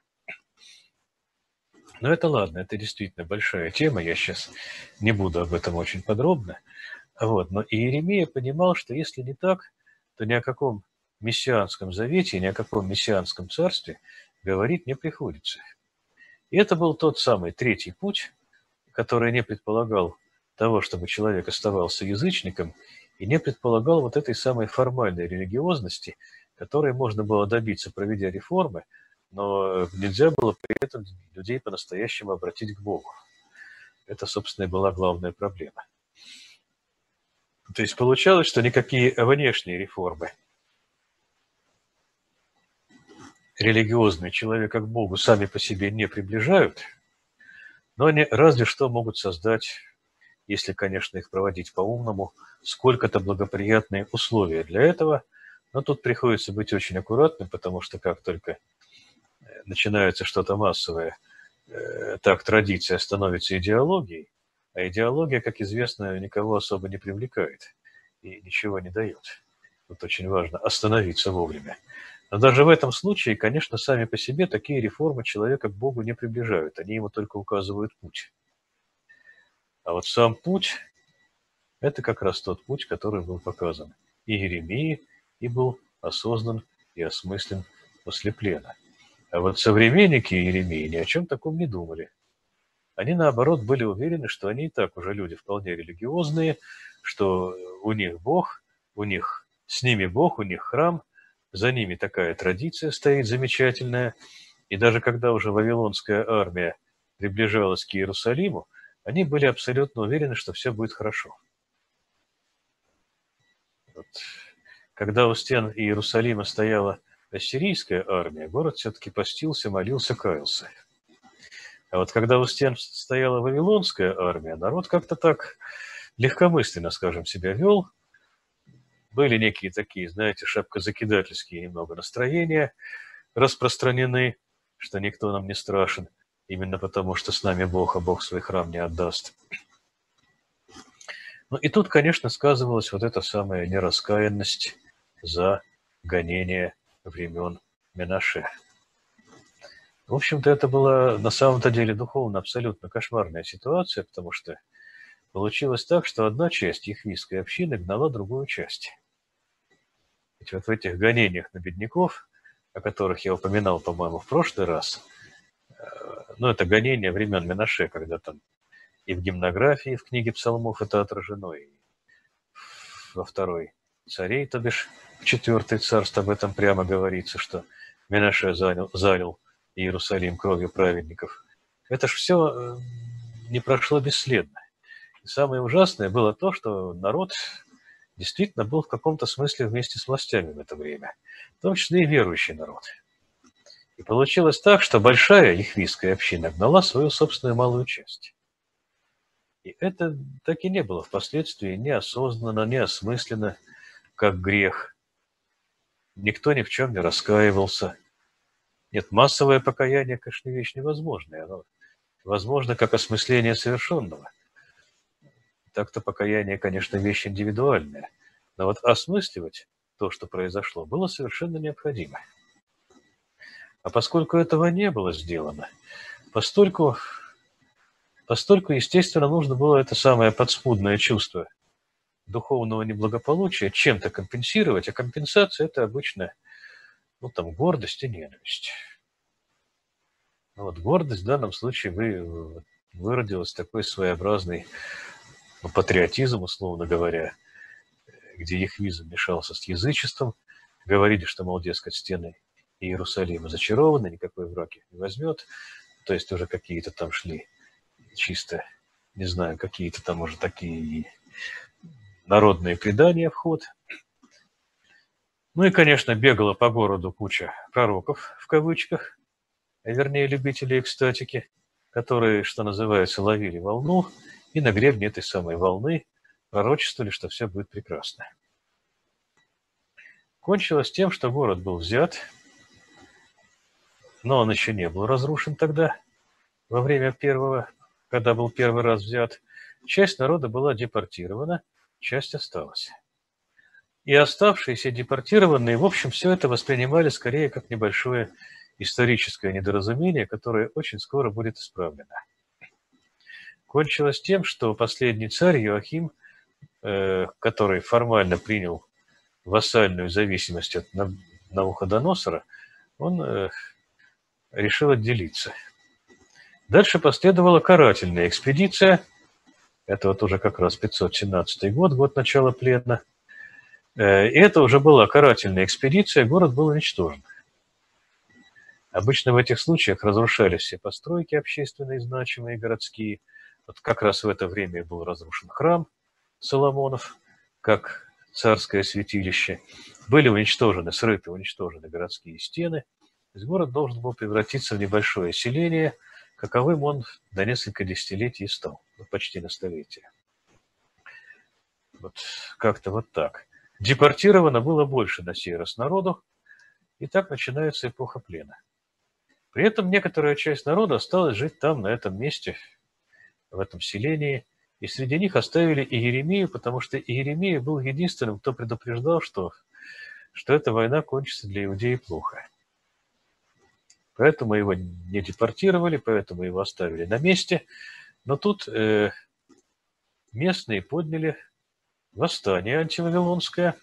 Но это ладно, это действительно большая тема, я сейчас не буду об этом очень подробно. Вот. Но Иеремия понимал, что если не так, то ни о каком мессианском завете, ни о каком мессианском царстве говорить не приходится. И это был тот самый третий путь, который не предполагал того, чтобы человек оставался язычником, и не предполагал вот этой самой формальной религиозности, которой можно было добиться, проведя реформы, но нельзя было при этом людей по-настоящему обратить к Богу. Это, собственно, и была главная проблема. То есть получалось, что никакие внешние реформы религиозные человека к Богу сами по себе не приближают, но они разве что могут создать если, конечно, их проводить по-умному, сколько-то благоприятные условия для этого. Но тут приходится быть очень аккуратным, потому что как только начинается что-то массовое, так традиция становится идеологией, а идеология, как известно, никого особо не привлекает и ничего не дает. Тут очень важно остановиться вовремя. Но даже в этом случае, конечно, сами по себе такие реформы человека к Богу не приближают, они ему только указывают путь. А вот сам путь – это как раз тот путь, который был показан и Иеремии, и был осознан и осмыслен после плена. А вот современники Иеремии ни о чем таком не думали. Они, наоборот, были уверены, что они и так уже люди вполне религиозные, что у них Бог, с ними Бог, у них храм, за ними такая традиция стоит замечательная. И даже когда уже вавилонская армия приближалась к Иерусалиму, они были абсолютно уверены, что все будет хорошо. Вот. Когда у стен Иерусалима стояла ассирийская армия, город все-таки постился, молился, каялся. А вот когда у стен стояла вавилонская армия, народ как-то так легкомысленно, скажем, себя вел. Были некие такие, знаете, шапкозакидательские немного настроения распространены, что никто нам не страшен, именно потому что с нами Бог, а Бог свой храм не отдаст. Ну и тут, конечно, сказывалась вот эта самая нераскаянность за гонение времен Менаше. В общем-то, это была на самом-то деле духовно абсолютно кошмарная ситуация, потому что получилось так, что одна часть яхвистской общины гнала другую часть. Ведь вот в этих гонениях на бедняков, о которых я упоминал, по-моему, в прошлый раз, ну, это гонение времен Менаше, когда там и в гимнографии, в книге псалмов это отражено, и во второй царей, то бишь в 4 царств об этом прямо говорится, что Менаше залил Иерусалим кровью праведников. Это ж все не прошло бесследно. И самое ужасное было то, что народ действительно был в каком-то смысле вместе с властями в это время, в том числе и верующий народ. И получилось так, что большая яхвистская община гнала свою собственную малую часть. И это так и не было впоследствии неосознанно, неосмысленно, как грех. Никто ни в чем не раскаивался. Нет, массовое покаяние, конечно, вещь невозможная. Оно возможно как осмысление совершенного. Так-то покаяние, конечно, вещь индивидуальная. Но вот осмысливать то, что произошло, было совершенно необходимо. А поскольку этого не было сделано, постольку, естественно, нужно было это самое подспудное чувство духовного неблагополучия чем-то компенсировать, а компенсация – это обычно, ну, там, гордость и ненависть. Вот гордость в данном случае выродилась такой своеобразный патриотизм, условно говоря, где яхвизм мешался с язычеством, говорили, что, мол, дескать, стены Иерусалима зачарованы, никакой враг их не возьмет, то есть уже какие-то там шли чисто, не знаю, какие-то там уже такие народные предания в ход. Ну и, конечно, бегала по городу куча пророков, в кавычках, а вернее любителей экстатики, которые, что называется, ловили волну и на гребне этой самой волны пророчествовали, что все будет прекрасно. Кончилось тем, что город был взят, но он еще не был разрушен тогда, во время первого, когда был первый раз взят. Часть народа была депортирована, часть осталась. И оставшиеся депортированные, в общем, все это воспринимали скорее как небольшое историческое недоразумение, которое очень скоро будет исправлено. Кончилось тем, что последний царь Иоахим, который формально принял вассальную зависимость от Навуходоносора, он решил отделиться. Дальше последовала карательная экспедиция. Это вот уже как раз 517 год, год начала плена. И это уже была карательная экспедиция, город был уничтожен. Обычно в этих случаях разрушались все постройки общественные, значимые, городские. Вот как раз в это время был разрушен храм Соломонов, как царское святилище. Были срыты уничтожены городские стены. То есть город должен был превратиться в небольшое селение, каковым он до несколько десятилетий стал, почти на столетие. Вот как-то вот так. Депортировано было больше на сей раз народу, и так начинается эпоха плена. При этом некоторая часть народа осталась жить там, на этом месте, в этом селении, и среди них оставили Иеремию, потому что Иеремия был единственным, кто предупреждал, что эта война кончится для иудеи плохо. Поэтому его не депортировали, поэтому его оставили на месте. Но тут местные подняли восстание антивавилонское.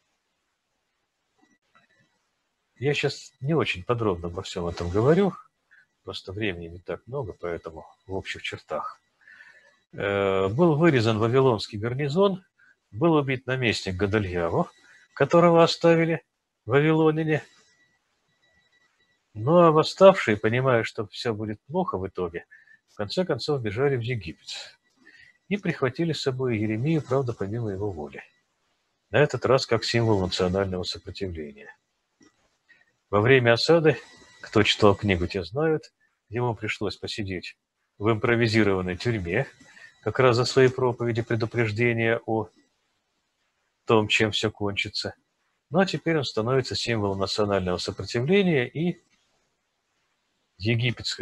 Я сейчас не очень подробно обо всем этом говорю, просто времени не так много, поэтому в общих чертах. Был вырезан вавилонский гарнизон, был убит наместник Годольяву, которого оставили вавилоняне. Ну а восставшие, понимая, что все будет плохо в итоге, в конце концов бежали в Египет и прихватили с собой Иеремию, правда, помимо его воли. На этот раз как символ национального сопротивления. Во время осады, кто читал книгу, те знают, ему пришлось посидеть в импровизированной тюрьме, как раз за свои проповеди предупреждения о том, чем все кончится. Ну а теперь он становится символом национального сопротивления, и в Египет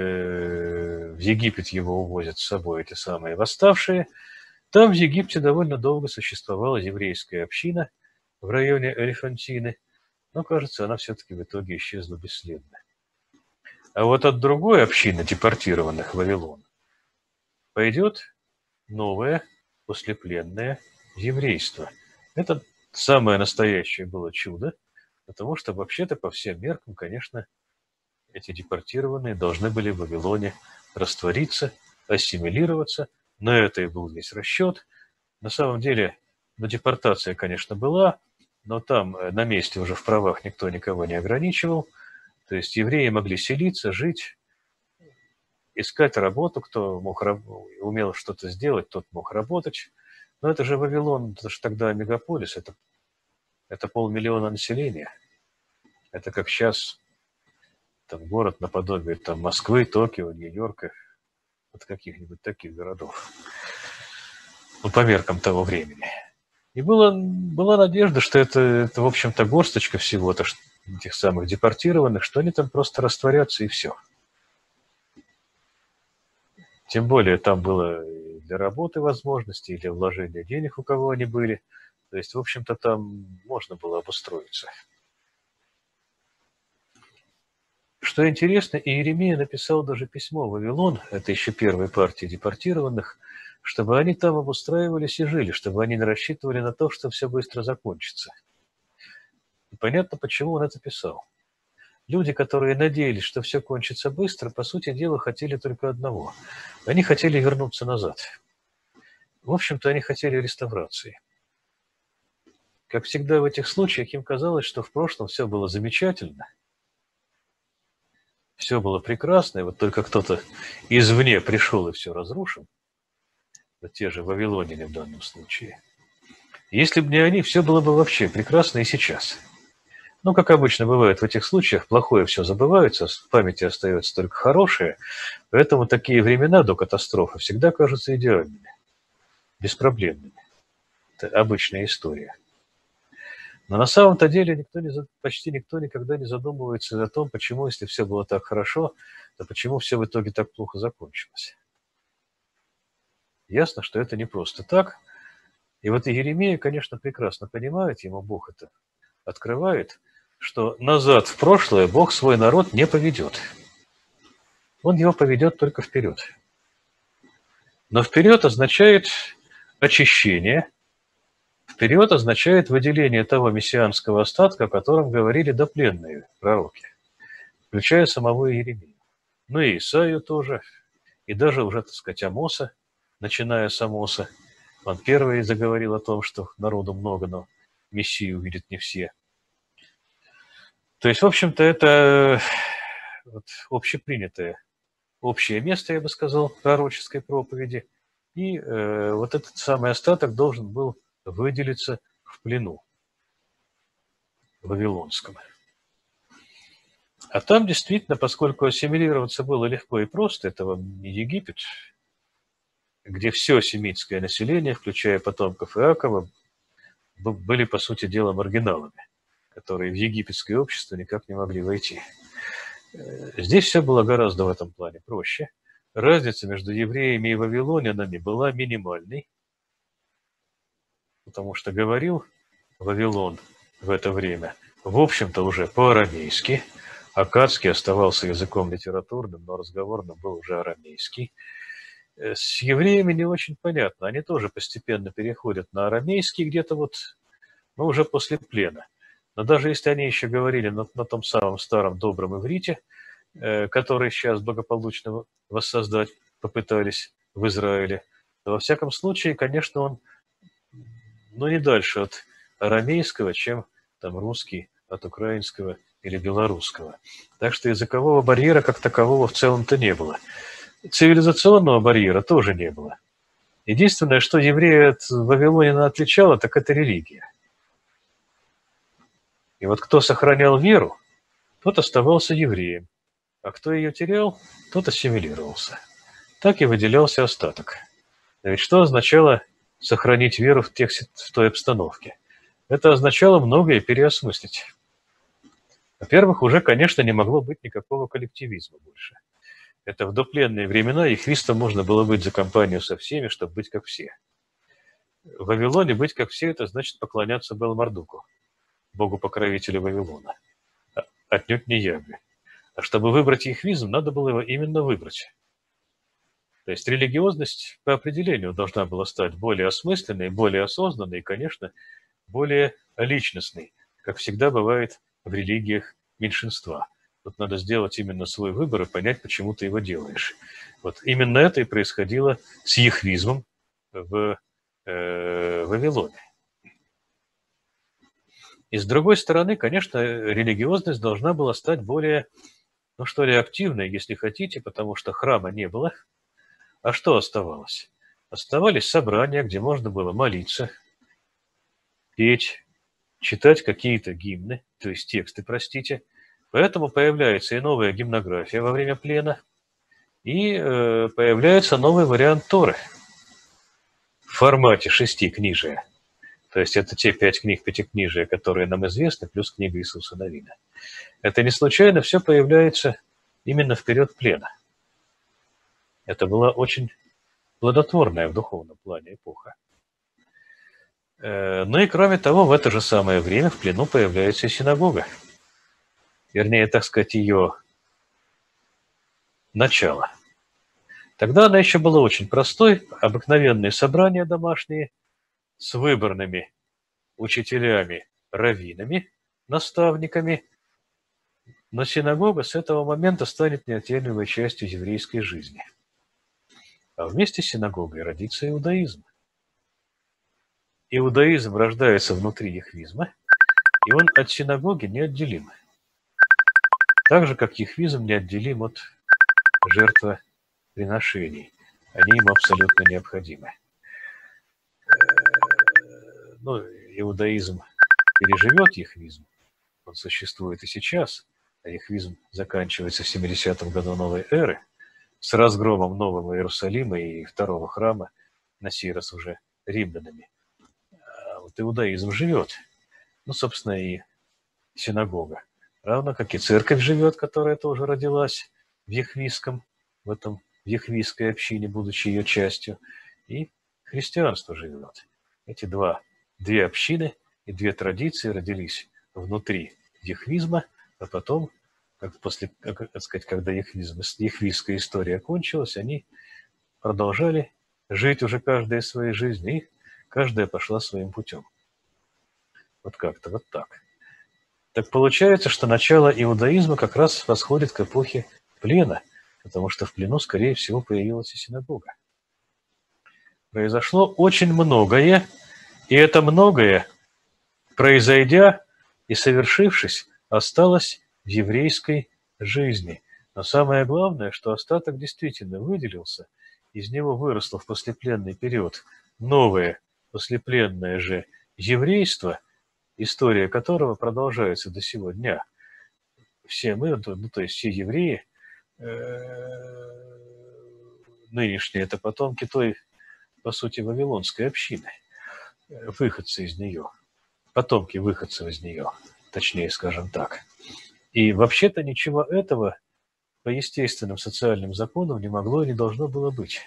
его увозят с собой эти самые восставшие. Там в Египте довольно долго существовала еврейская община в районе Элефантины, но, кажется, она все-таки в итоге исчезла бесследно. А вот от другой общины депортированных в Вавилон пойдет новое послепленное еврейство. Это самое настоящее было чудо, потому что вообще-то по всем меркам, конечно, эти депортированные должны были в Вавилоне раствориться, ассимилироваться. На это и был весь расчет. На самом деле, депортация, конечно, была, но там на месте уже в правах никто никого не ограничивал. То есть евреи могли селиться, жить, искать работу. Кто умел что-то сделать, тот мог работать. Но это же Вавилон, это же тогда мегаполис, это 500 000 населения. Это как сейчас там город наподобие там Москвы, Токио, Нью-Йорка, от каких-нибудь таких городов. Ну, по меркам того времени. И была надежда, что это в общем-то, горсточка всего-то, этих самых депортированных, что они там просто растворятся и все. Тем более там было и для работы возможности, и для вложения денег, у кого они были. То есть, в общем-то, там можно было обустроиться. Что интересно, Иеремия написал даже письмо в Вавилон, это еще первой партии депортированных, чтобы они там обустраивались и жили, чтобы они не рассчитывали на то, что все быстро закончится. И понятно, почему он это писал. Люди, которые надеялись, что все кончится быстро, по сути дела, хотели только одного. Они хотели вернуться назад. В общем-то, они хотели реставрации. Как всегда в этих случаях, им казалось, что в прошлом все было замечательно, все было прекрасно, и вот только кто-то извне пришел и все разрушил. Вот те же вавилоняне в данном случае. Если бы не они, все было бы вообще прекрасно и сейчас. Но, как обычно бывает в этих случаях, плохое все забывается, в памяти остается только хорошее, поэтому такие времена до катастрофы всегда кажутся идеальными, беспроблемными. Это обычная история. Но на самом-то деле почти никто никогда не задумывается о том, почему, если все было так хорошо, то почему все в итоге так плохо закончилось. Ясно, что это не просто так. И вот Иеремия, конечно, прекрасно понимает, ему Бог это открывает, что назад в прошлое Бог свой народ не поведет. Он его поведет только вперед. Но вперед означает очищение, вперед означает выделение того мессианского остатка, о котором говорили допленные пророки, включая самого Иеремию. Ну и Исаию тоже, и даже уже, так сказать, Амоса, начиная с Амоса. Он первый заговорил о том, что народу много, но Мессию увидят не все. То есть, в общем-то, это вот общепринятое, общее место, я бы сказал, пророческой проповеди. И вот этот самый остаток должен был выделиться в плену вавилонском. А там действительно, поскольку ассимилироваться было легко и просто, это вам не Египет, где все семитское население, включая потомков Иакова, были, по сути дела, маргиналами, которые в египетское общество никак не могли войти. Здесь все было гораздо в этом плане проще. Разница между евреями и вавилонянами была минимальной, потому что говорил Вавилон в это время, в общем-то, уже по-арамейски. Аккадский оставался языком литературным, но разговорным был уже арамейский. С евреями не очень понятно. Они тоже постепенно переходят на арамейский где-то уже после плена. Но даже если они еще говорили на том самом старом добром иврите, который сейчас благополучно воссоздать попытались в Израиле, то во всяком случае, конечно, он не дальше от арамейского, чем там русский от украинского или белорусского. Так что языкового барьера как такового в целом-то не было. Цивилизационного барьера тоже не было. Единственное, что еврея от вавилонина отличало, так это религия. И вот кто сохранял веру, тот оставался евреем, а кто ее терял, тот ассимилировался. Так и выделялся остаток. А ведь что означало сохранить веру в той обстановке? Это означало многое переосмыслить. Во-первых, уже, конечно, не могло быть никакого коллективизма больше. Это в допленные времена яхвистам можно было быть за компанию со всеми, чтобы быть как все. В Вавилоне быть как все – это значит поклоняться Бел-Мардуку, богу-покровителю Вавилона, отнюдь не Ягве. А чтобы выбрать яхвизм, надо было его именно выбрать. То есть религиозность по определению должна была стать более осмысленной, более осознанной и, конечно, более личностной, как всегда бывает в религиях меньшинства. Тут надо сделать именно свой выбор и понять, почему ты его делаешь. Вот именно это и происходило с яхвизмом в Вавилоне. И с другой стороны, конечно, религиозность должна была стать более, активной, если хотите, потому что храма не было. А что оставалось? Оставались собрания, где можно было молиться, петь, читать какие-то гимны, то есть тексты, простите. Поэтому появляется и новая гимнография во время плена, и появляется новый вариант Торы в формате 6 книжия. То есть это те 5 книг Пятикнижия, которые нам известны, плюс книга Иисуса Навина. Это не случайно, все появляется именно в период плена. Это была очень плодотворная в духовном плане эпоха. Ну и кроме того, в это же самое время в плену появляется и синагога. Вернее, так сказать, ее начало. Тогда она еще была очень простой, обыкновенные собрания домашние с выборными учителями, раввинами, наставниками. Но синагога с этого момента станет неотъемлемой частью еврейской жизни. А вместе с синагогой родится иудаизм. Иудаизм рождается внутри яхвизма, и он от синагоги неотделим. Так же, как яхвизм неотделим от жертвоприношений. Они ему абсолютно необходимы. Иудаизм переживет яхвизм. Он существует и сейчас, а яхвизм заканчивается в 70-м году новой эры с разгромом Нового Иерусалима и второго храма, на сей раз уже римлянами. А вот иудаизм живет. Собственно, и синагога. Равно как и церковь живет, которая тоже родилась в яхвистской общине, будучи ее частью. И христианство живет. Эти две общины и 2 традиции родились внутри яхвизма, а потом, когда яхвистская история кончилась, они продолжали жить уже каждая своей жизнью, и каждая пошла своим путем. Вот как-то вот так. Так получается, что начало иудаизма как раз восходит к эпохе плена, потому что в плену, скорее всего, появилась и синагога. Произошло очень многое, и это многое, произойдя и совершившись, осталось в еврейской жизни. Но самое главное, что остаток действительно выделился, из него выросло в послепленный период новое послепленное же еврейство, история которого продолжается до сего дня. Все мы, то есть все евреи, нынешние, это потомки той по сути, вавилонской общины, выходцы из нее, потомки выходцев из нее, точнее, скажем так. И вообще-то ничего этого по естественным социальным законам не могло и не должно было быть.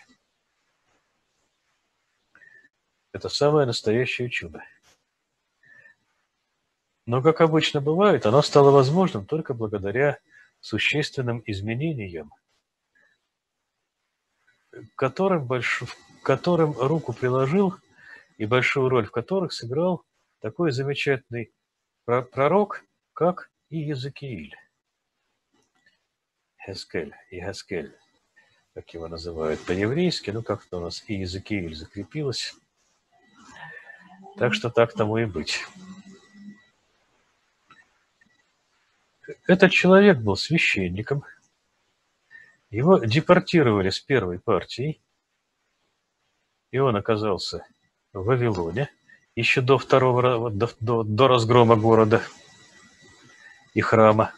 Это самое настоящее чудо. Но, как обычно бывает, оно стало возможным только благодаря существенным изменениям, которым руку приложил и большую роль в которых сыграл такой замечательный пророк, как Иезекииль. Хескель, как его называют по-еврейски, ну как-то у нас Иезекииль закрепилось. Так что так тому и быть. Этот человек был священником. Его депортировали с первой партией, и он оказался в Вавилоне еще до разгрома города и храма.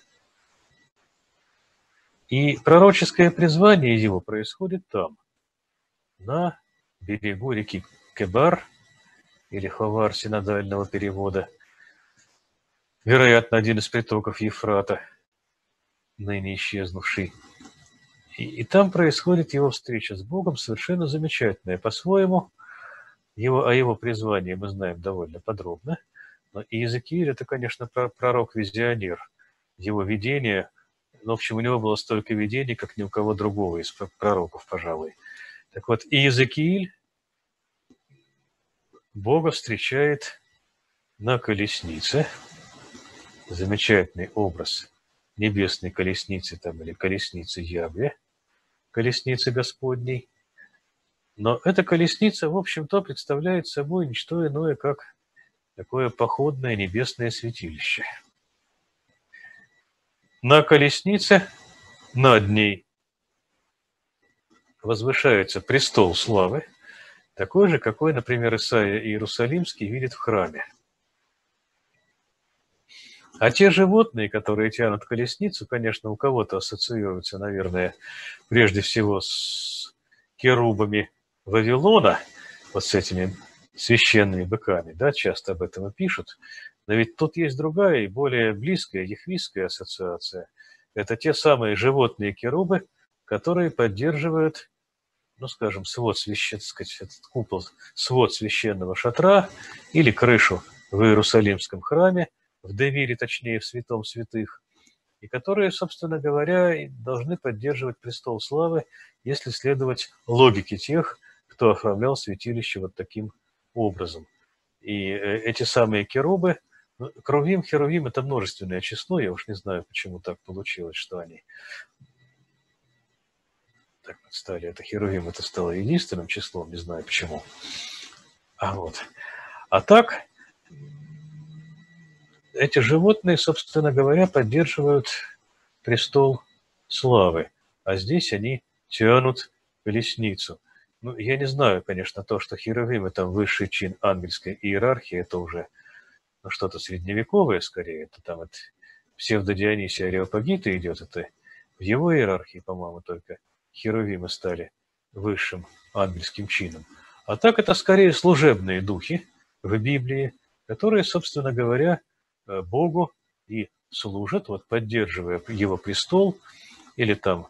И пророческое призвание его происходит там, на берегу реки Кебар, или Ховар синодального перевода, вероятно, один из притоков Ефрата, ныне исчезнувший. И там происходит его встреча с Богом, совершенно замечательная. По-своему, о его призвании мы знаем довольно подробно. Но Иезекииль – это, конечно, пророк-визионер. Его видение, в общем, у него было столько видений, как ни у кого другого из пророков, пожалуй. Так вот, Иезекииль Бога встречает на колеснице. Замечательный образ небесной колесницы там, или колесницы Яве, колесницы Господней. Но эта колесница, в общем-то, представляет собой не что иное, как такое походное небесное святилище. На колеснице, над ней, возвышается престол славы, такой же, какой, например, Исаия Иерусалимский видит в храме. А те животные, которые тянут колесницу, конечно, у кого-то ассоциируются, наверное, прежде всего с керубами Вавилона, вот с этими священными быками, да, часто об этом и пишут. Но ведь тут есть другая и более близкая, яхвистская ассоциация. Это те самые животные керубы, которые поддерживают, ну, скажем, свод этот купол, свод священного шатра или крышу в Иерусалимском храме, в Девире, точнее, в Святом Святых, и которые, собственно говоря, должны поддерживать престол славы, если следовать логике тех, кто оформлял святилище вот таким образом. И эти самые керубы, херувим – это множественное число, я уж не знаю, почему так получилось, что они так вот стали, это херувим, это стало единственным числом, не знаю почему. А так, эти животные, собственно говоря, поддерживают престол славы, а здесь они тянут колесницу. Ну, я не знаю, конечно, то, что херувим – это высший чин ангельской иерархии, это уже что-то средневековое, скорее, это там от псевдодионисия Ареопагита идет, это в его иерархии, по-моему, только херувимы стали высшим ангельским чином. А так это скорее служебные духи в Библии, которые, собственно говоря, Богу и служат, вот поддерживая его престол, или там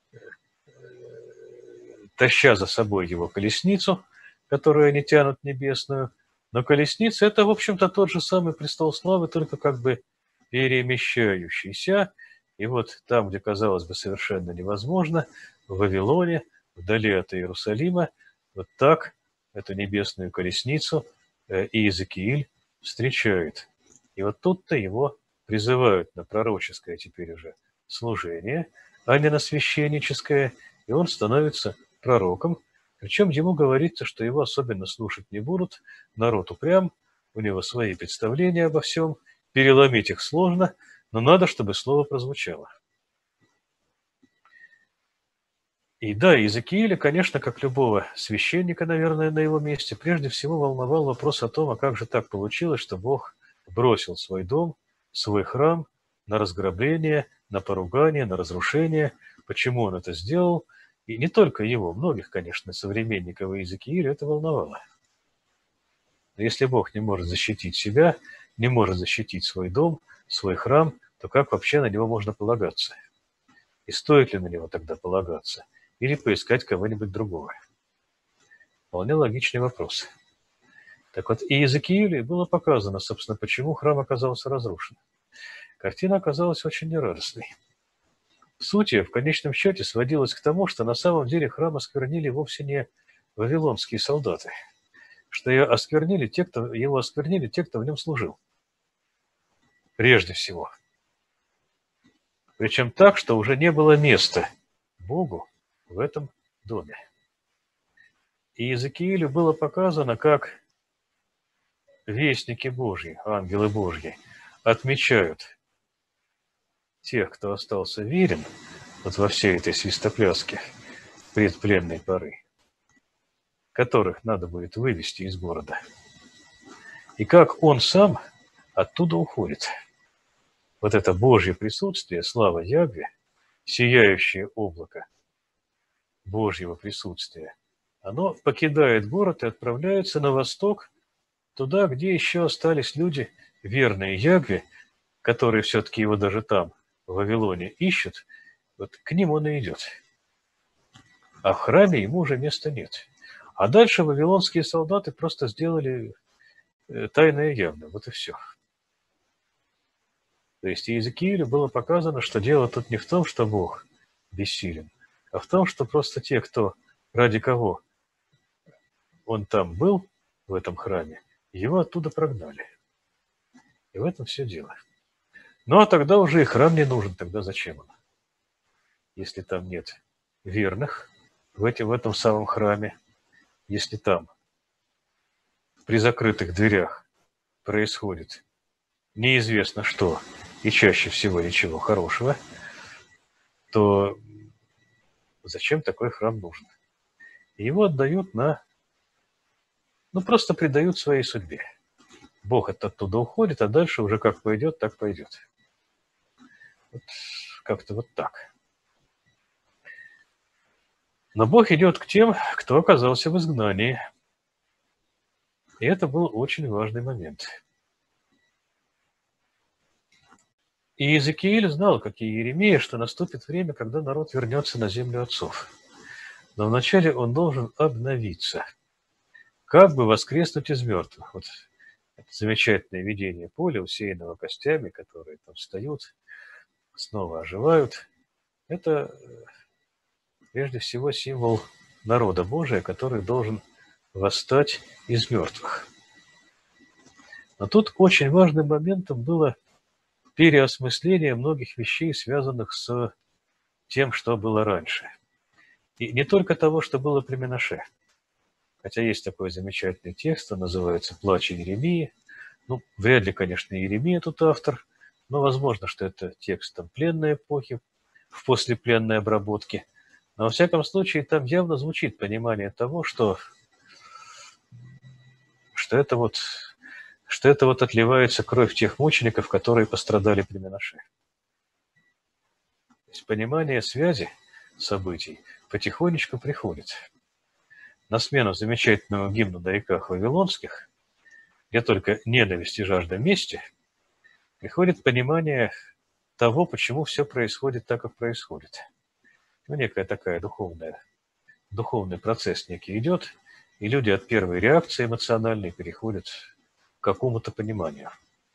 таща за собой его колесницу, которую они тянут небесную. Но колесница – это, в общем-то, тот же самый престол славы, только как бы перемещающийся. И вот там, где, казалось бы, совершенно невозможно, в Вавилоне, вдали от Иерусалима, вот так эту небесную колесницу Иезекииль встречает. И вот тут-то его призывают на пророческое теперь уже служение, а не на священническое, и он становится пророком. Причем ему говорится, что его особенно слушать не будут, народ упрям, у него свои представления обо всем, переломить их сложно, но надо, чтобы слово прозвучало. И да, Иезекииля, конечно, как любого священника, наверное, на его месте, прежде всего волновал вопрос о том, а как же так получилось, что Бог бросил свой дом, свой храм на разграбление, на поругание, на разрушение. Почему он это сделал? И не только его, многих, конечно, современников Иезекииля это волновало. Но если Бог не может защитить себя, не может защитить свой дом, свой храм, то как вообще на него можно полагаться? И стоит ли на него тогда полагаться? Или поискать кого-нибудь другого? Вполне логичный вопрос. Так вот, и Иезекиилю было показано, собственно, почему храм оказался разрушен. Картина оказалась очень нерадостной. Суть ее в конечном счете сводилась к тому, что на самом деле храм осквернили вовсе не вавилонские солдаты, что его осквернили те, кто в нем служил. Прежде всего. Причем так, что уже не было места Богу в этом доме. И Иезекиилю было показано, как вестники Божьи, ангелы Божьи, отмечают тех, кто остался верен вот во всей этой свистопляске предпленной поры, которых надо будет вывести из города. И как он сам оттуда уходит. Вот это Божье присутствие, слава Ягве, сияющее облако Божьего присутствия, оно покидает город и отправляется на восток, туда, где еще остались люди, верные Ягве, которые все-таки его даже там, в Вавилоне, ищут. Вот к ним он и идет. А в храме ему уже места нет. А дальше вавилонские солдаты просто сделали тайное явно. Вот и все. То есть Иезекиилю было показано, что дело тут не в том, что Бог бессилен, а в том, что просто те, кто ради кого он там был, в этом храме, его оттуда прогнали. И в этом все дело. Ну, а тогда уже и храм не нужен. Тогда зачем он? Если там нет верных в этом самом храме, если там при закрытых дверях происходит неизвестно что, и чаще всего ничего хорошего, то зачем такой храм нужен? Его отдают просто предают своей судьбе. Бог оттуда уходит, а дальше уже как пойдет, так пойдет. Вот как-то вот так. Но Бог идет к тем, кто оказался в изгнании. И это был очень важный момент. И Иезекииль знал, как и Иеремия, что наступит время, когда народ вернется на землю отцов. Но вначале он должен обновиться, как бы воскреснуть из мертвых. Вот это замечательное видение поля, усеянного костями, которые там встают, снова оживают. Это прежде всего символ народа Божия, который должен восстать из мертвых. Но тут очень важным моментом было переосмысление многих вещей, связанных с тем, что было раньше. И не только того, что было при Менаше. Хотя есть такой замечательный текст, он называется «Плач Иеремии». Ну, вряд ли, конечно, Иеремия тут автор, но возможно, что это текст там пленной эпохи, в послепленной обработке. Но, во всяком случае, там явно звучит понимание того, что это вот отливается кровь тех мучеников, которые пострадали при Менаше. То есть понимание связи событий потихонечку приходит. На смену замечательному гимну на реках вавилонских, где только ненависть и жажда мести, приходит понимание того, почему все происходит так, как происходит. Ну, некая такая духовный процесс некий идет, и люди от первой реакции эмоциональной переходят к какому-то пониманию.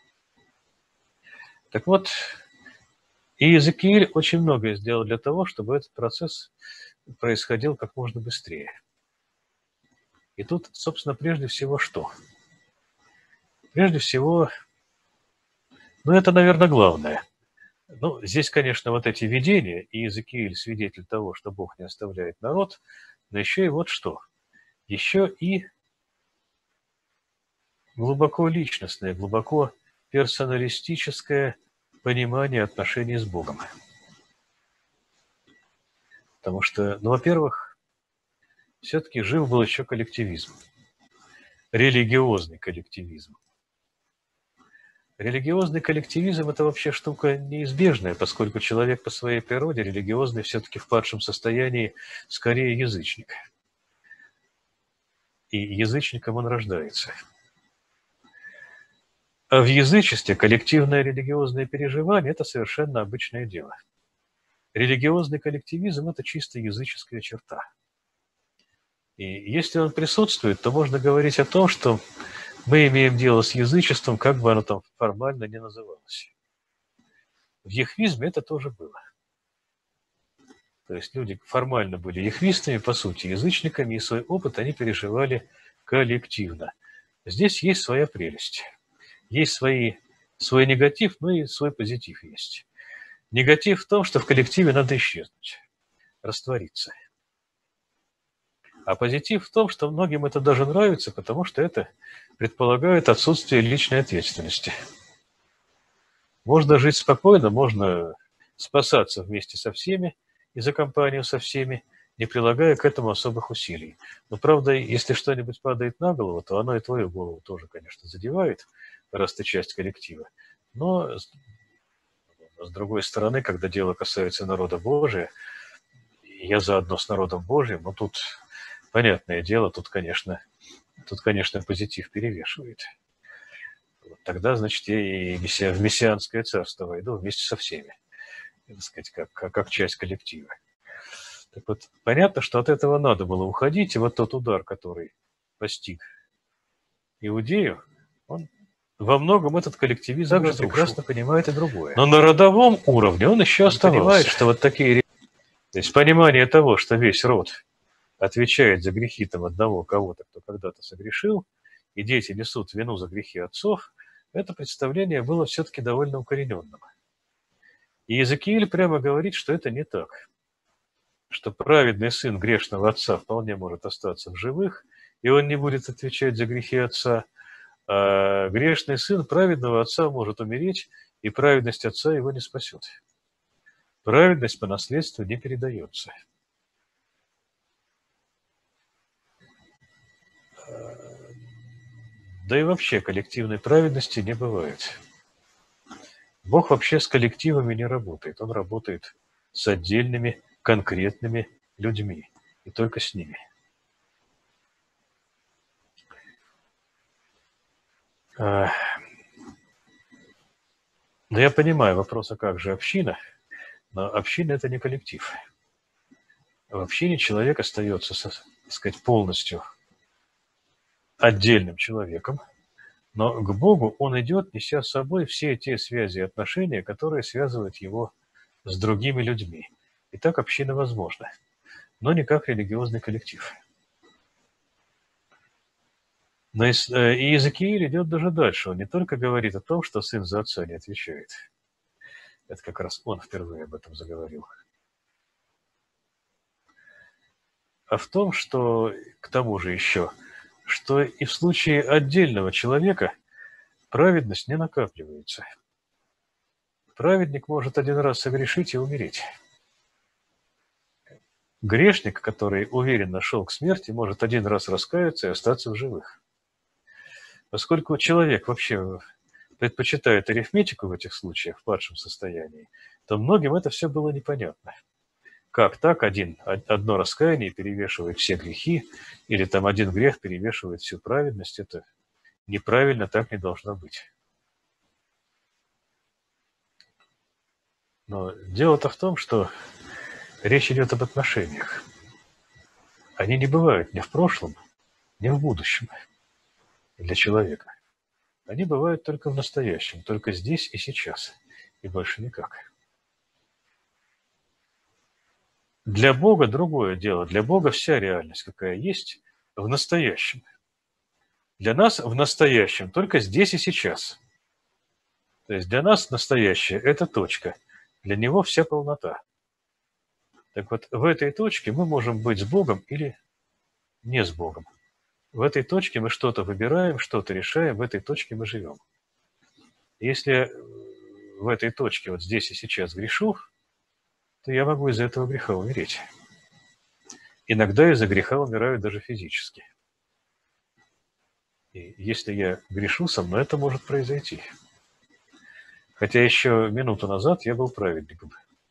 Так вот, и Иезекииль очень многое сделал для того, чтобы этот процесс происходил как можно быстрее. И тут, собственно, прежде всего что? Прежде всего, это, наверное, главное. Здесь, конечно, вот эти видения, и Иезекииль свидетель того, что Бог не оставляет народ, но еще и вот что. Еще и глубоко личностное, глубоко персоналистическое понимание отношений с Богом. Потому что, во-первых, все-таки жив был еще коллективизм. Религиозный коллективизм. Религиозный коллективизм – это вообще штука неизбежная, поскольку человек по своей природе религиозный все-таки в падшем состоянии скорее язычник. И язычником он рождается. А в язычестве коллективное религиозное переживание – это совершенно обычное дело. Религиозный коллективизм – это чисто языческая черта. И если он присутствует, то можно говорить о том, что мы имеем дело с язычеством, как бы оно там формально не называлось. В яхвизме это тоже было. То есть люди формально были яхвистами, по сути, язычниками, и свой опыт они переживали коллективно. Здесь есть своя прелесть. Есть свой негатив, но и свой позитив есть. Негатив в том, что в коллективе надо исчезнуть, раствориться. А позитив в том, что многим это даже нравится, потому что это предполагает отсутствие личной ответственности. Можно жить спокойно, можно спасаться вместе со всеми и за компанию со всеми, не прилагая к этому особых усилий. Но, правда, если что-нибудь падает на голову, то оно и твою голову тоже, конечно, задевает, раз ты часть коллектива. Но, с другой стороны, когда дело касается народа Божия, я заодно с народом Божиим, но тут, понятное дело, тут, конечно, позитив перевешивает. Вот тогда, значит, я и в мессианское царство войду вместе со всеми, так сказать, как часть коллектива. Так вот, понятно, что от этого надо было уходить, и вот тот удар, который постиг Иудею, он во многом этот коллективизм также прекрасно понимает и другое. Но на родовом уровне он еще оставался. Понимает, что вот такие... То есть понимание того, что весь род отвечает за грехи там одного кого-то, кто когда-то согрешил, и дети несут вину за грехи отцов, это представление было все-таки довольно укорененным. И Иезекииль прямо говорит, что это не так, что праведный сын грешного отца вполне может остаться в живых, и он не будет отвечать за грехи отца, а грешный сын праведного отца может умереть, и праведность отца его не спасет. Праведность по наследству не передается. Да и вообще коллективной праведности не бывает. Бог вообще с коллективами не работает. Он работает с отдельными конкретными людьми. И только с ними. Да я понимаю вопрос, а как же община? Но община – это не коллектив. В общине человек остается, так сказать, полностью отдельным человеком, но к Богу он идет, неся с собой все те связи и отношения, которые связывают его с другими людьми. И так община возможна, но не как религиозный коллектив. Но и Иезекииль идет даже дальше. Он не только говорит о том, что сын за отца не отвечает. Это как раз он впервые об этом заговорил. А в том, что, к тому же еще, что и в случае отдельного человека праведность не накапливается. Праведник может один раз согрешить и умереть. Грешник, который уверенно шел к смерти, может один раз раскаяться и остаться в живых. Поскольку человек вообще предпочитает арифметику в этих случаях, в падшем состоянии, то многим это все было непонятно. Как так одно раскаяние перевешивает все грехи, или там один грех перевешивает всю праведность? Это неправильно, так не должно быть. Но дело-то в том, что речь идет об отношениях. Они не бывают ни в прошлом, ни в будущем для человека. Они бывают только в настоящем, только здесь и сейчас, и больше никак. Для Бога другое дело. Для Бога вся реальность, какая есть, в настоящем. Для нас в настоящем только здесь и сейчас. То есть для нас настоящее – это точка. Для него вся полнота. Так вот, в этой точке мы можем быть с Богом или не с Богом. В этой точке мы что-то выбираем, что-то решаем, в этой точке мы живем. Если в этой точке, вот здесь и сейчас грешу, то я могу из-за этого греха умереть. Иногда из-за греха умираю даже физически. И если я грешу, со мной это может произойти. хотя еще минуту назад я был праведником.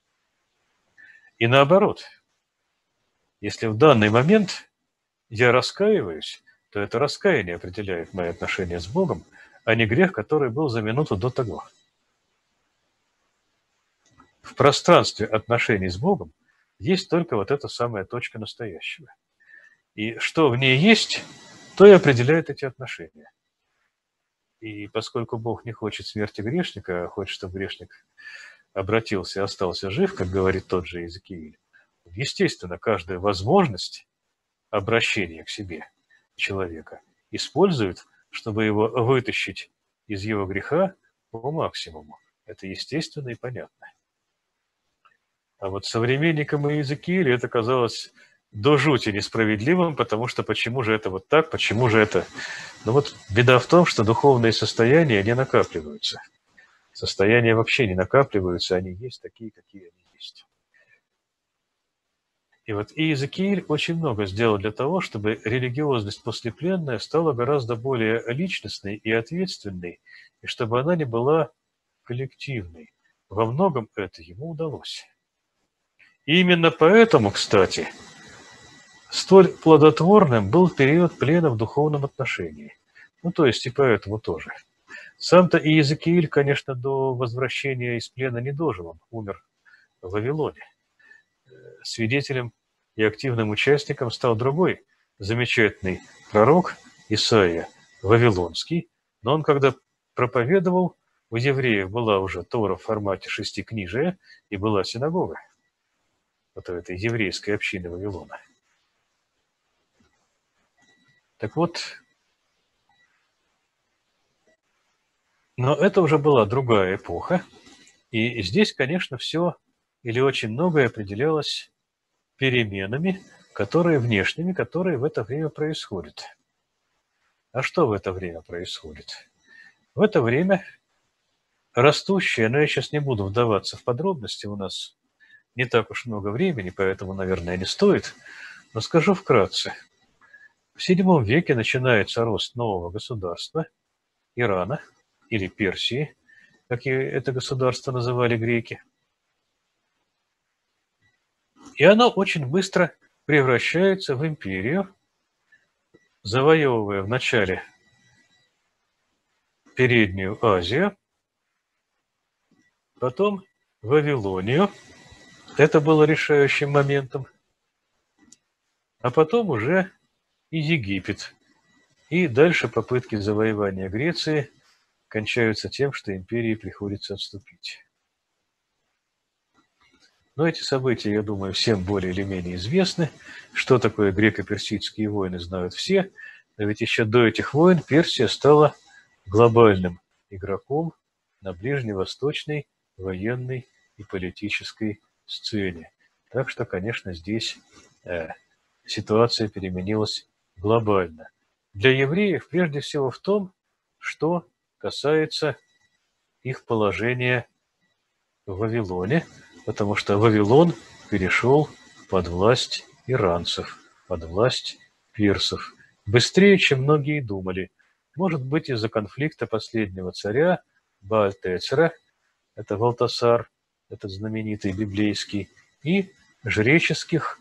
И наоборот, если в данный момент я раскаиваюсь, то это раскаяние определяет мои отношения с Богом, а не грех, который был за минуту до того. В пространстве отношений с Богом есть только вот эта самая точка настоящего. И что в ней есть, то и определяет эти отношения. И поскольку Бог не хочет смерти грешника, а хочет, чтобы грешник обратился и остался жив, как говорит тот же Иезекииль, естественно, каждая возможность обращения к себе человека использует, чтобы его вытащить из его греха по максимуму. Это естественно и понятно. А вот современникам Иезекииля это казалось до жути несправедливым, потому что почему же это вот так, почему же это... Но вот беда в том, что духовные состояния не накапливаются. Состояния вообще не накапливаются, они есть такие, какие они есть. И вот Иезекииль очень много сделал для того, чтобы религиозность послепленная стала гораздо более личностной и ответственной, и чтобы она не была коллективной. Во многом это ему удалось. И именно поэтому, кстати, столь плодотворным был период плена в духовном отношении. Ну, то есть и поэтому тоже. Сам-то Иезекииль, конечно, до возвращения из плена не дожил, он умер в Вавилоне. Свидетелем и активным участником стал другой замечательный пророк Исаия Вавилонский, но он, когда проповедовал, у евреев была уже Тора в формате шестикнижия и была синагога вот этой еврейской общины Вавилона. Так вот, но это уже была другая эпоха, и здесь, конечно, все или очень многое определялось переменами, которые внешними, которые в это время происходят. А что в это время происходит? В это время растущее, но я сейчас не буду вдаваться в подробности, у нас не так уж много времени, поэтому, наверное, не стоит, но скажу вкратце. В VII веке начинается рост нового государства, Ирана или Персии, как это государство называли греки. И оно очень быстро превращается в империю, завоевывая вначале Переднюю Азию, потом Вавилонию, это было решающим моментом, а потом уже и Египет. И дальше попытки завоевания Греции кончаются тем, что империи приходится отступить. Но эти события, я думаю, всем более или менее известны. Что такое греко-персидские войны, знают все. Но ведь еще до этих войн Персия стала глобальным игроком на ближневосточной военной и политической сцене. Так что, конечно, здесь ситуация переменилась глобально. Для евреев прежде всего в том, что касается их положения в Вавилоне, потому что Вавилон перешел под власть иранцев, под власть персов. Быстрее, чем многие думали. Может быть, из-за конфликта последнего царя Баальтецера, это Валтасар, этот знаменитый библейский, и жреческих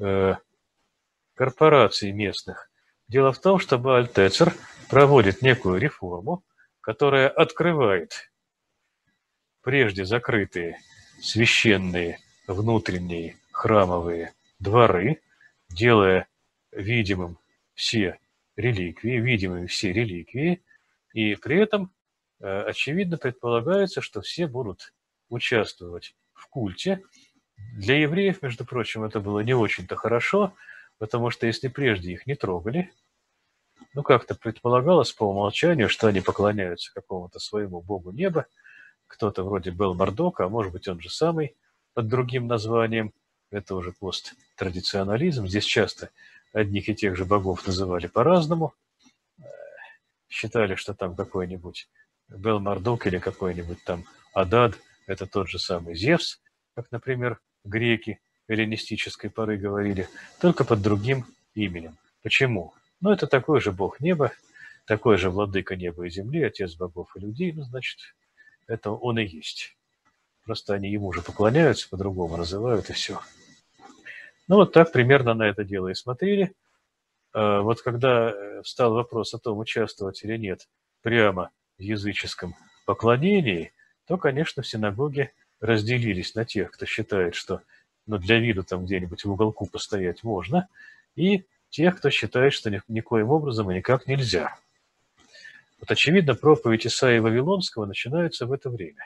корпораций местных. Дело в том, что Баальтецер проводит некую реформу, которая открывает прежде закрытые священные внутренние храмовые дворы, делая видимыми все реликвии, и при этом, очевидно, предполагается, что все будут участвовать в культе. Для евреев, между прочим, это было не очень-то хорошо, потому что если прежде их не трогали, как-то предполагалось по умолчанию, что они поклоняются какому-то своему богу неба, кто-то вроде Бел-Мардока, а может быть он же самый, под другим названием. Это уже посттрадиционализм. Здесь часто одних и тех же богов называли по-разному. Считали, что там какой-нибудь Бел-Мардок или какой-нибудь там Адад – это тот же самый Зевс, как, например, греки эллинистической поры говорили, только под другим именем. Почему? Это такой же бог неба, такой же владыка неба и земли, отец богов и людей, значит, это он и есть. Просто они ему же поклоняются, по-другому называют, и все. Ну, вот так примерно на это дело и смотрели. Вот когда встал вопрос о том, участвовать или нет прямо в языческом поклонении, то, конечно, в синагоге разделились на тех, кто считает, что для виду там где-нибудь в уголку постоять можно, и тех, кто считает, что никоим образом и никак нельзя. Вот, очевидно, проповедь Исаии Вавилонского начинается в это время.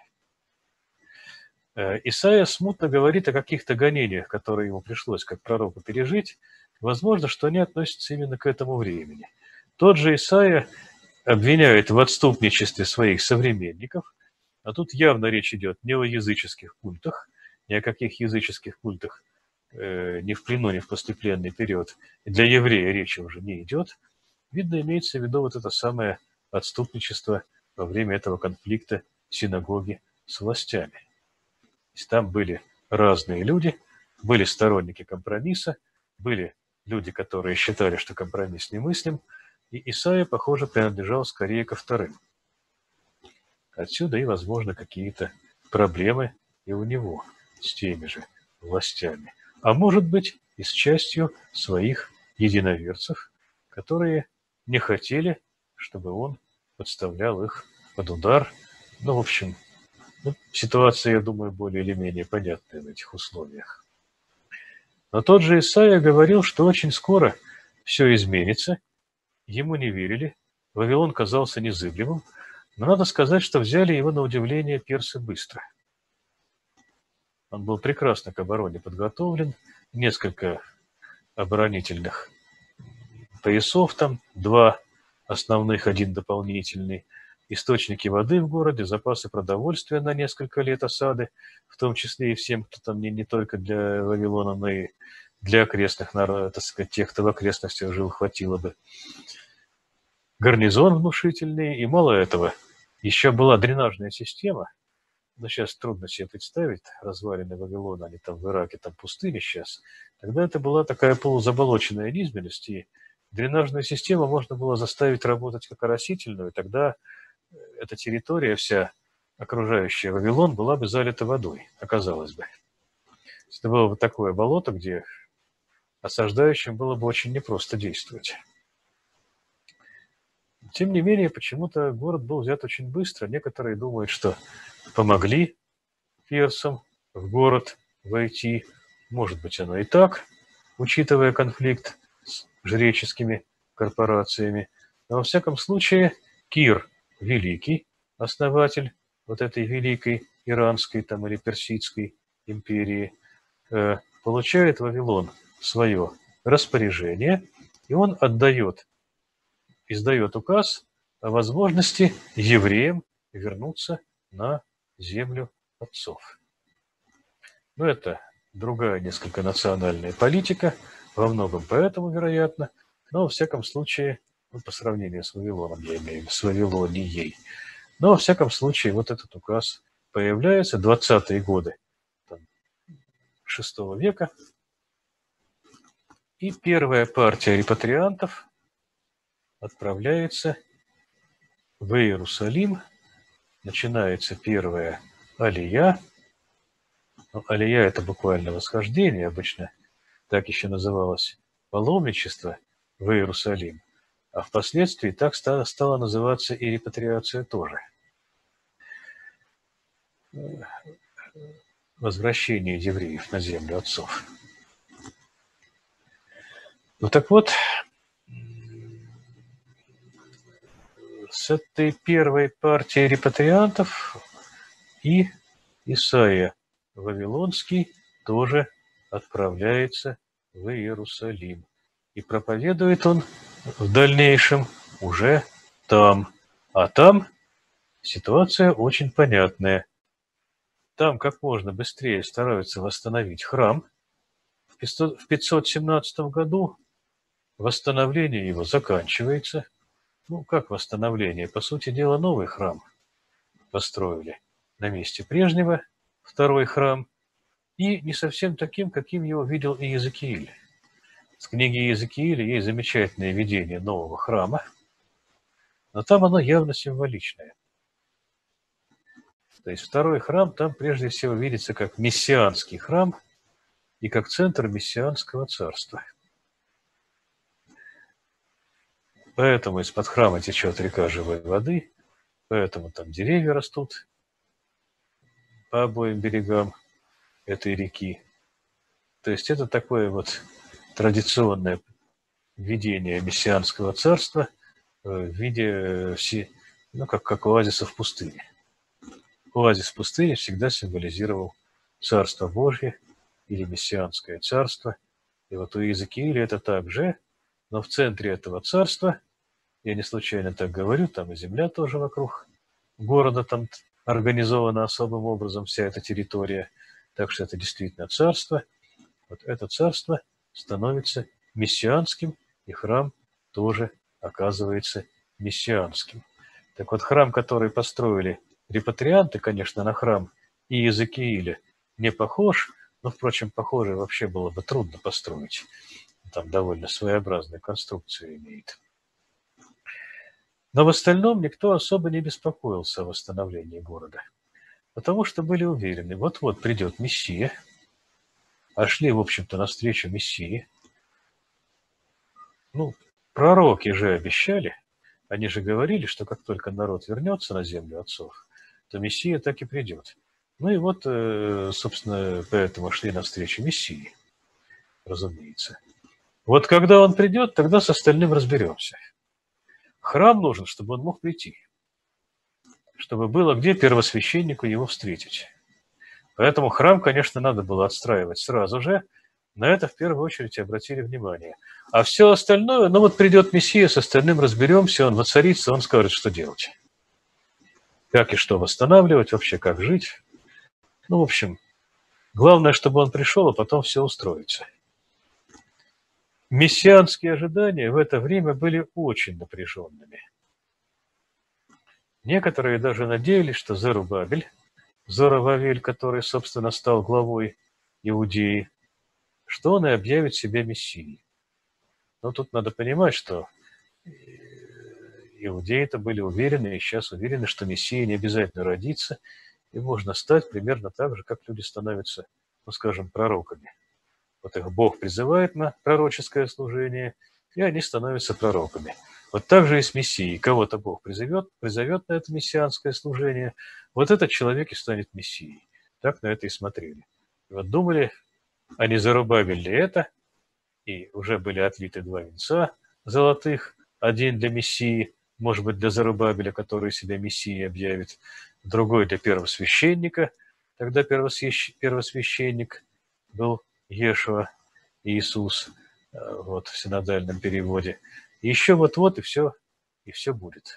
Исаия смутно говорит о каких-то гонениях, которые ему пришлось как пророку пережить. Возможно, что они относятся именно к этому времени. Тот же Исаия обвиняет в отступничестве своих современников, а тут явно речь идет не о языческих культах, ни о каких языческих культах ни в плену, ни в послепленный период. Для еврея речи уже не идет. Видно, имеется в виду вот это самое отступничество во время этого конфликта синагоги с властями. То есть там были разные люди, были сторонники компромисса, были люди, которые считали, что компромисс немыслим, и Исаия, похоже, принадлежал скорее ко вторым. Отсюда и, возможно, какие-то проблемы и у него с теми же властями. А может быть, и с частью своих единоверцев, которые не хотели, чтобы он подставлял их под удар. В общем, ситуация, я думаю, более или менее понятная в этих условиях. Но тот же Исаия говорил, что очень скоро все изменится. Ему не верили. Вавилон казался незыблемым. Но надо сказать, что взяли его на удивление персы быстро. Он был прекрасно к обороне подготовлен. Несколько оборонительных поясов там, 2 основных, 1 дополнительный. Источники воды в городе, запасы продовольствия на несколько лет осады, в том числе и всем, кто там не только для Вавилона, но и для окрестных народов, так сказать, тех, кто в окрестностях жил, хватило бы. Гарнизон внушительный, и мало этого, еще была дренажная система. Но сейчас трудно себе представить развалины Вавилона, они там в Ираке, там пустыни сейчас. Тогда это была такая полузаболоченная низменность, и дренажную систему можно было заставить работать как оросительную, тогда эта территория вся, окружающая Вавилон, была бы залита водой, оказалось бы. Это было бы такое болото, где осаждающим было бы очень непросто действовать. Тем не менее, почему-то город был взят очень быстро. Некоторые думают, что помогли персам в город войти. Может быть, оно и так, учитывая конфликт с жреческими корпорациями. Но, во всяком случае, Кир Великий, основатель вот этой великой иранской там, или персидской империи, получает Вавилон в свое распоряжение, и он издает указ о возможности евреям вернуться на землю отцов. Но это другая несколько национальная политика, во многом поэтому, вероятно, но, во всяком случае, по сравнению с Вавилоном, я имею в виду, с Вавилонией. Но, во всяком случае, вот этот указ появляется 20-е годы VI века, и первая партия репатриантов отправляется в Иерусалим. Начинается первая алия. Алия – это буквально восхождение, обычно так еще называлось паломничество в Иерусалим. А впоследствии так стала называться и репатриация тоже. Возвращение евреев на землю отцов. Так вот, с этой первой партией репатриантов и Исаия Вавилонский тоже отправляется в Иерусалим. И проповедует он в дальнейшем уже там. А там ситуация очень понятная. Там как можно быстрее стараются восстановить храм. В 517 году восстановление его заканчивается. Как восстановление? По сути дела, новый храм построили на месте прежнего, второй храм, и не совсем таким, каким его видел и Иезекииль. В книге Иезекииля есть замечательное видение нового храма, но там оно явно символичное. То есть второй храм там прежде всего видится как мессианский храм и как центр мессианского царства. Поэтому из-под храма течет река живой воды, поэтому там деревья растут по обоим берегам этой реки. То есть это такое вот традиционное видение мессианского царства в виде, как оазиса в пустыне. Оазис в пустыне всегда символизировал Царство Божье или Мессианское царство. И вот у Иезекииля это также, но в центре этого царства, я не случайно так говорю, там и земля тоже вокруг города, там организована особым образом вся эта территория, так что это действительно царство. Вот это царство становится мессианским, и храм тоже оказывается мессианским. Так вот, храм, который построили репатрианты, конечно, на храм Иезекииля не похож, но, впрочем, похожий вообще было бы трудно построить. Там довольно своеобразную конструкцию имеет. Но в остальном никто особо не беспокоился о восстановлении города, потому что были уверены, вот-вот придет Мессия, а шли, в общем-то, навстречу Мессии. Пророки же обещали, они же говорили, что как только народ вернется на землю отцов, то Мессия так и придет. И вот, собственно, поэтому шли навстречу Мессии, разумеется. Вот когда он придет, тогда с остальным разберемся. Храм нужен, чтобы он мог прийти, чтобы было где первосвященнику его встретить. Поэтому храм, конечно, надо было отстраивать сразу же. На это в первую очередь обратили внимание. А все остальное, придет Мессия, с остальным разберемся, он воцарится, он скажет, что делать. Как и что восстанавливать, вообще как жить. В общем, главное, чтобы он пришел, а потом все устроится. Мессианские ожидания в это время были очень напряженными. Некоторые даже надеялись, что Зоробабель, который, собственно, стал главой Иудеи, что он и объявит себя Мессией. Но тут надо понимать, что иудеи-то были уверены, и сейчас уверены, что Мессия не обязательно родится, и можно стать примерно так же, как люди становятся, пророками. Вот их Бог призывает на пророческое служение, и они становятся пророками. Вот так же и с Мессией. Кого-то Бог призовет на это мессианское служение, вот этот человек и станет Мессией. Так на это и смотрели. И вот думали, а не Зоробабель ли это? И уже были отлиты 2 венца золотых, один для Мессии, может быть, для Зоробабеля, который себя Мессией объявит, другой для первосвященника. Тогда первосвященник был Иешуа, Иисус, в синодальном переводе. И еще вот-вот, и все будет.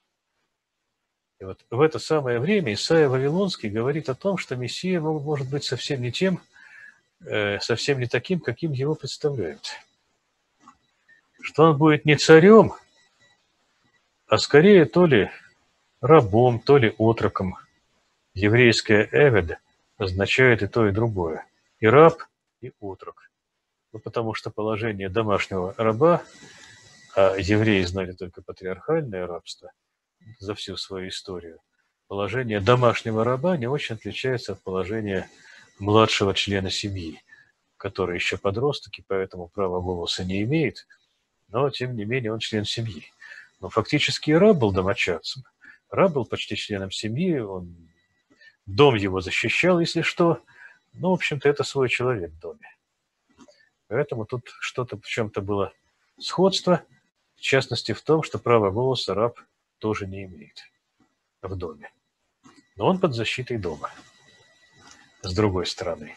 И вот в это самое время Исаия Вавилонский говорит о том, что Мессия может быть совсем не таким, каким его представляют. Что он будет не царем, а скорее то ли рабом, то ли отроком. Еврейское «эвед» означает и то, и другое. И раб, и отрок. Потому что положение домашнего раба, а евреи знали только патриархальное рабство за всю свою историю, положение домашнего раба не очень отличается от положения младшего члена семьи, который еще подросток и поэтому права голоса не имеет, но тем не менее он член семьи. Но фактически и раб был домочадцем. Раб был почти членом семьи, дом его защищал, если что. В общем-то, это свой человек в доме. Поэтому тут что-то в чем-то было сходство, в частности в том, что права голоса раб тоже не имеет в доме. Но он под защитой дома, с другой стороны.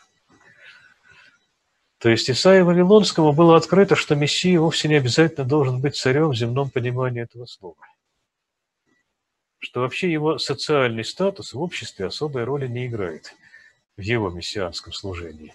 То есть Исаии Вавилонскому было открыто, что Мессия вовсе не обязательно должен быть царем в земном понимании этого слова. Что вообще его социальный статус в обществе особой роли не играет в его мессианском служении.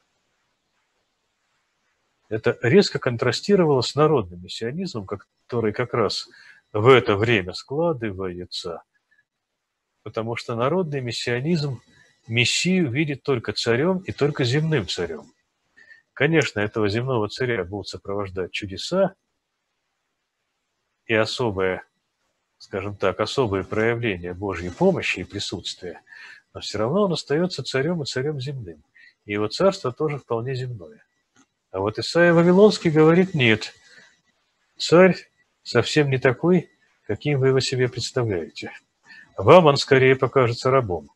Это резко контрастировало с народным мессианизмом, который как раз в это время складывается. Потому что народный мессианизм Мессию видит только царем и только земным царем. Конечно, этого земного царя будут сопровождать чудеса и особая скажем так, особые проявления Божьей помощи и присутствия, но все равно он остается царем и царем земным. И его царство тоже вполне земное. А вот Исаия Вавилонский говорит: нет, царь совсем не такой, каким вы его себе представляете. Вам он скорее покажется рабом.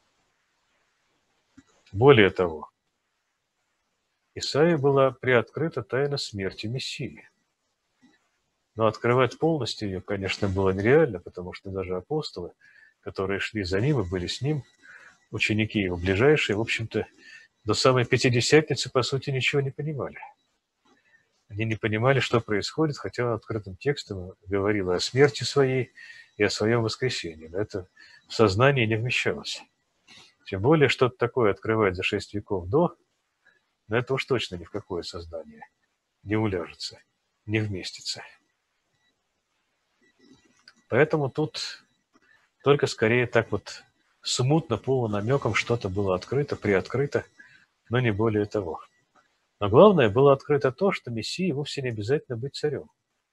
Более того, Исаии была приоткрыта тайна смерти Мессии. Но открывать полностью ее, конечно, было нереально, потому что даже апостолы, которые шли за ним и были с ним, ученики его ближайшие, в общем-то, до самой Пятидесятницы, по сути, ничего не понимали. Они не понимали, что происходит, хотя он открытым текстом говорил о смерти своей и о своем воскресении. Но это в сознание не вмещалось. Тем более, что-то такое открывать за 6 веков до, но это уж точно ни в какое сознание не уляжется, не вместится. Поэтому тут только скорее так вот смутно, полунамеком что-то было открыто, приоткрыто, но не более того. Но главное, было открыто то, что Мессии вовсе не обязательно быть царем.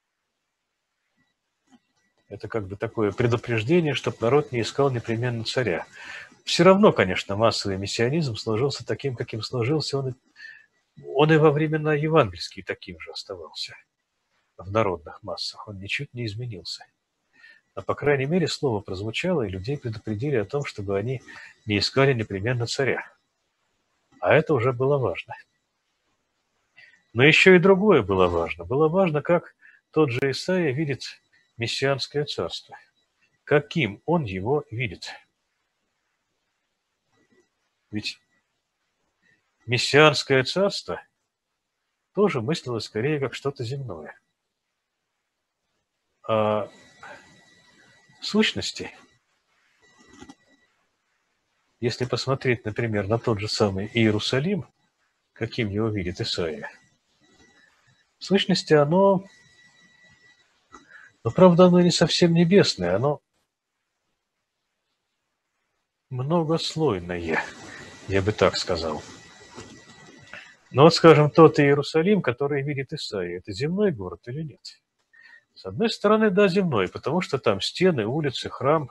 Это как бы такое предупреждение, чтобы народ не искал непременно царя. Все равно, конечно, массовый мессианизм сложился таким, каким сложился. Он и во времена евангельские таким же оставался в народных массах. Он ничуть не изменился. Но, по крайней мере, слово прозвучало, и людей предупредили о том, чтобы они не искали непременно царя. А это уже было важно. Но еще и другое было важно. Было важно, как тот же Исаия видит мессианское царство. Каким он его видит. Ведь мессианское царство тоже мыслилось скорее как что-то земное. А в сущности, если посмотреть, например, на тот же самый Иерусалим, каким его видит Исаия, в сущности, оно, но правда, оно не совсем небесное, оно многослойное, я бы так сказал. Но вот, скажем, тот Иерусалим, который видит Исаия, это земной город или нет? С одной стороны, да, земной, потому что там стены, улицы, храм.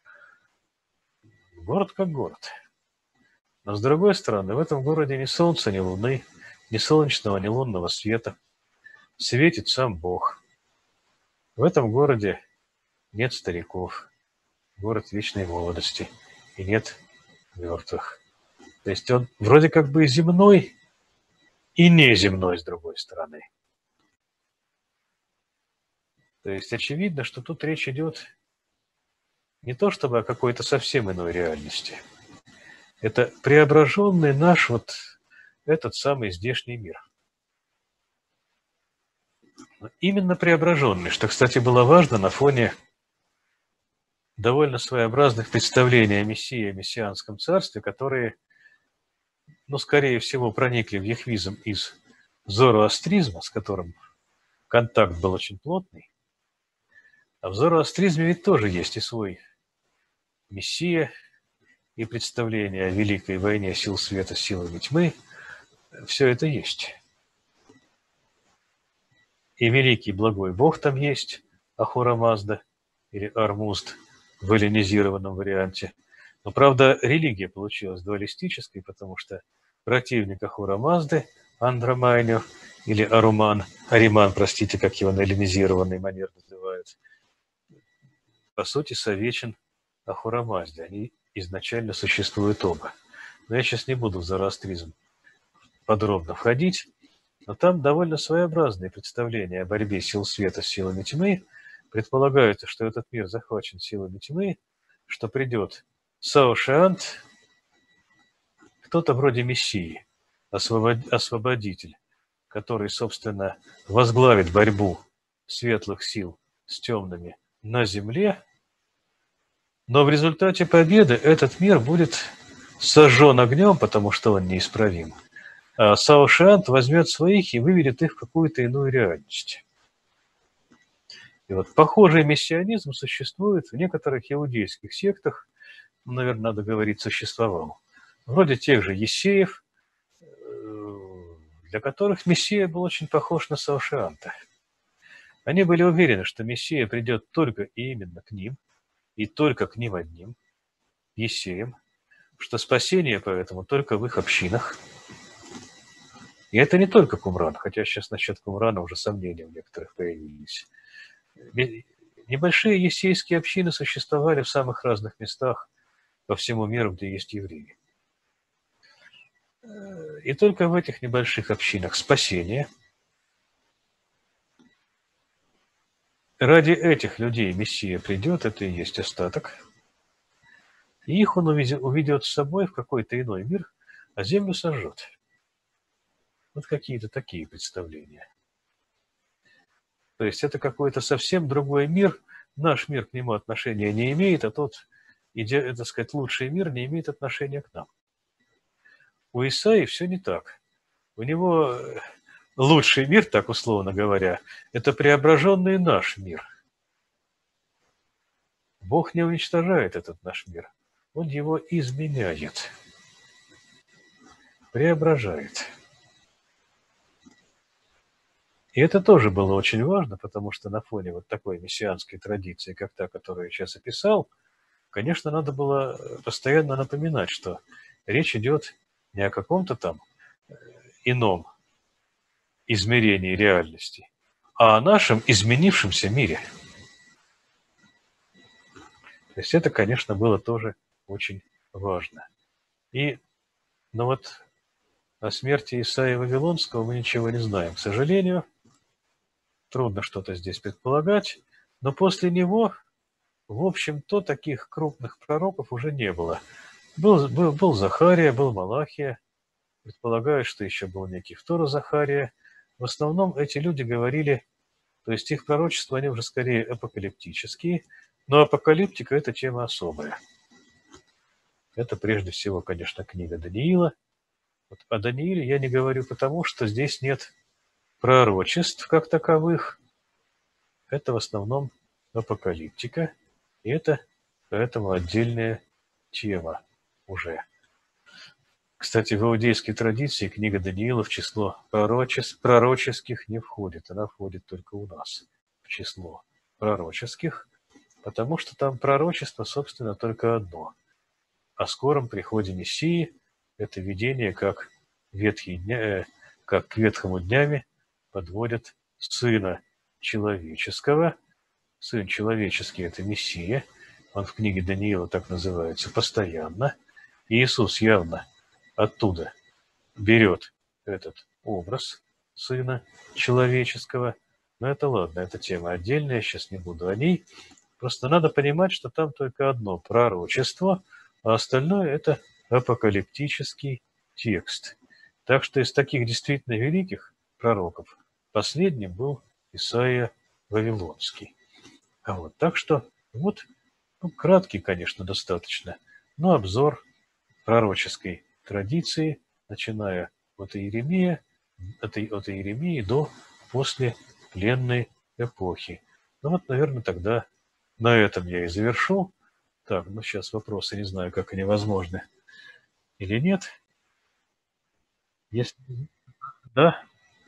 Город как город. Но с другой стороны, в этом городе ни солнца, ни луны, ни солнечного, ни лунного света. Светит сам Бог. В этом городе нет стариков, город вечной молодости, и нет мертвых. То есть он вроде как бы земной и неземной с другой стороны. То есть очевидно, что тут речь идет не то чтобы о какой-то совсем иной реальности. Это преображенный наш вот этот самый здешний мир. Но именно преображенный, что, кстати, было важно на фоне довольно своеобразных представлений о Мессии и мессианском царстве, которые, скорее всего, проникли в яхвизм из зороастризма, с которым контакт был очень плотный. А в зороастризме ведь тоже есть и свой Мессия, и представление о великой войне сил света с силами тьмы. Все это есть. И великий благой Бог там есть, Ахура Мазда, или Армузд в эллинизированном варианте. Но, правда, религия получилась дуалистической, потому что противник Ахура Мазды, Андромайню, или Ариман, простите, как его на эллинизированный манер называют, по сути, совечен Ахура Мазде. Они изначально существуют оба. Но я сейчас не буду в зороастризм подробно входить, но там довольно своеобразные представления о борьбе сил света с силами тьмы. Предполагается, что этот мир захвачен силами тьмы, что придет Саошиант, кто-то вроде Мессии, освободитель, который, собственно, возглавит борьбу светлых сил с темными на земле. Но в результате победы этот мир будет сожжен огнем, потому что он неисправим. А Саошиант возьмет своих и выведет их в какую-то иную реальность. И вот похожий мессианизм существует в некоторых иудейских сектах, наверное, надо говорить, существовал. Вроде тех же ессеев, для которых Мессия был очень похож на Саошианта. Они были уверены, что Мессия придет только и именно к ним, и только к ним одним, Есеям, что спасение поэтому только в их общинах. И это не только Кумран, хотя сейчас насчет Кумрана уже сомнения у некоторых появились. Небольшие есейские общины существовали в самых разных местах по всему миру, где есть евреи. И только в этих небольших общинах спасение. Ради этих людей Мессия придет, это и есть остаток. И их он уведет с собой в какой-то иной мир, а землю сожжет. Вот какие-то такие представления. То есть это какой-то совсем другой мир. Наш мир к нему отношения не имеет, а тот, так сказать, лучший мир не имеет отношения к нам. У Исаии все не так. У него лучший мир, так условно говоря, это преображенный наш мир. Бог не уничтожает этот наш мир. Он его изменяет, преображает. И это тоже было очень важно, потому что на фоне вот такой мессианской традиции, как та, которую я сейчас описал, конечно, надо было постоянно напоминать, что речь идет не о каком-то там ином измерении реальности, а о нашем изменившемся мире. То есть это, конечно, было тоже очень важно. Но вот о смерти Исаии Вавилонского мы ничего не знаем, к сожалению. Трудно что-то здесь предполагать, но после него, в общем-то, таких крупных пророков уже не было. Был Захария, был Малахия, предполагаю, что еще был некий второй Захария. В основном эти люди говорили, то есть их пророчества, они уже скорее апокалиптические, но апокалиптика – это тема особая. Это прежде всего, конечно, книга Даниила. Вот о Данииле я не говорю потому, что здесь нет пророчеств как таковых. Это в основном апокалиптика, и это поэтому отдельная тема уже. Кстати, в иудейской традиции книга Даниила в число пророческих не входит. Она входит только у нас в число пророческих, потому что там пророчество, собственно, только одно. О скором приходе Мессии это видение, как к ветхому днями подводят Сына Человеческого. Сын Человеческий – это Мессия. Он в книге Даниила так называется постоянно. И Иисус явно оттуда берет этот образ Сына Человеческого. Но это ладно, это тема отдельная, я сейчас не буду о ней. Просто надо понимать, что там только одно пророчество, а остальное – это апокалиптический текст. Так что из таких действительно великих пророков последним был Исаия Вавилонский. Так что краткий, конечно, достаточно, но обзор пророческой традиции, начиная от Иеремии до послепленной эпохи. Наверное, тогда на этом я и завершу. Так, сейчас вопросы, не знаю, как они возможны или нет. Если да.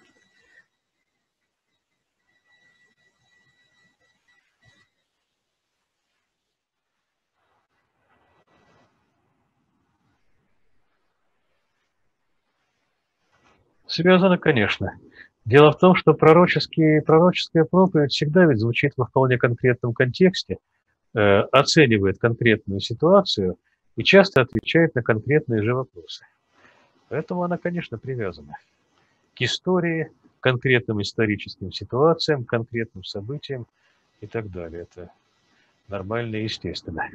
Связано, конечно. Дело в том, что пророческая проповедь всегда ведь звучит во вполне конкретном контексте, оценивает конкретную ситуацию и часто отвечает на конкретные же вопросы. Поэтому она, конечно, привязана к истории, конкретным историческим ситуациям, конкретным событиям и так далее. Это нормально и естественно.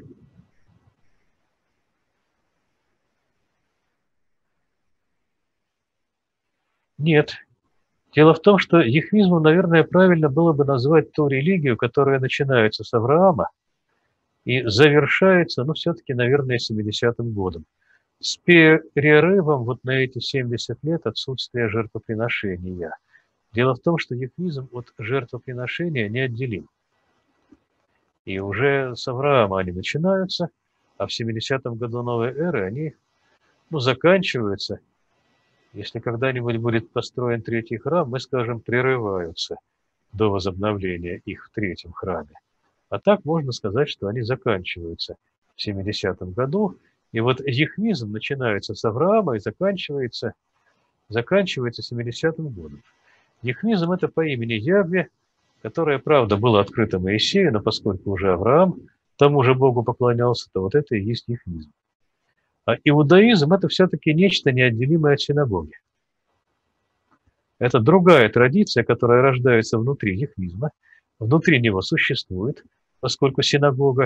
Нет. Дело в том, что яхвизмом, наверное, правильно было бы назвать ту религию, которая начинается с Авраама и завершается, все-таки, наверное, 70-м годом. С перерывом на эти 70 лет отсутствия жертвоприношения. Дело в том, что яхвизм от жертвоприношения неотделим. И уже с Авраама они начинаются, а в 70-м году новой эры они заканчиваются. Если когда-нибудь будет построен третий храм, мы скажем, прерываются. до возобновления их в третьем храме. А так можно сказать, что они заканчиваются в 70-м году. И вот яхвизм начинается с Авраама и заканчивается 70-м годом. Яхвизм – это по имени Явве, которое, правда, было открыто Моисею, но поскольку уже Авраам тому же Богу поклонялся, то вот это и есть яхвизм. А иудаизм – это все-таки нечто неотделимое от синагоги. Это другая традиция, которая рождается внутри яхвизма, внутри него существует, поскольку синагога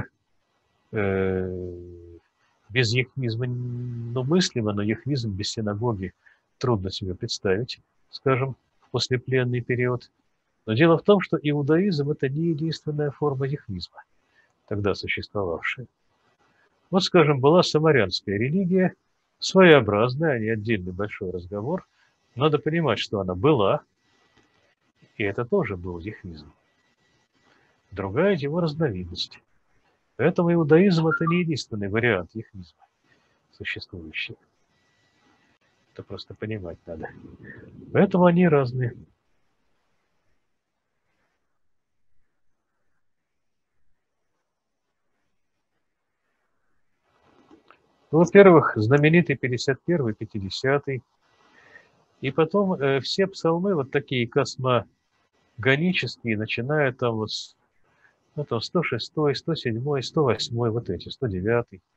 без яхвизма мыслима, но яхвизм без синагоги трудно себе представить, скажем, в послепленный период. Но дело в том, что иудаизм – это не единственная форма яхвизма, тогда существовавшая. Вот, скажем, была самарянская религия, своеобразная, а не отдельный большой разговор. Надо понимать, что она была, и это тоже был яхвизм. Другая его разновидность. Поэтому иудаизм – это не единственный вариант яхвизма существующий. Это просто понимать надо. Поэтому они разные. Ну, во-первых, знаменитый 51-й, 50-й. И потом все псалмы вот такие космогонические, начиная там вот с 106-й, 107-й, 108-й, вот эти, 109-й.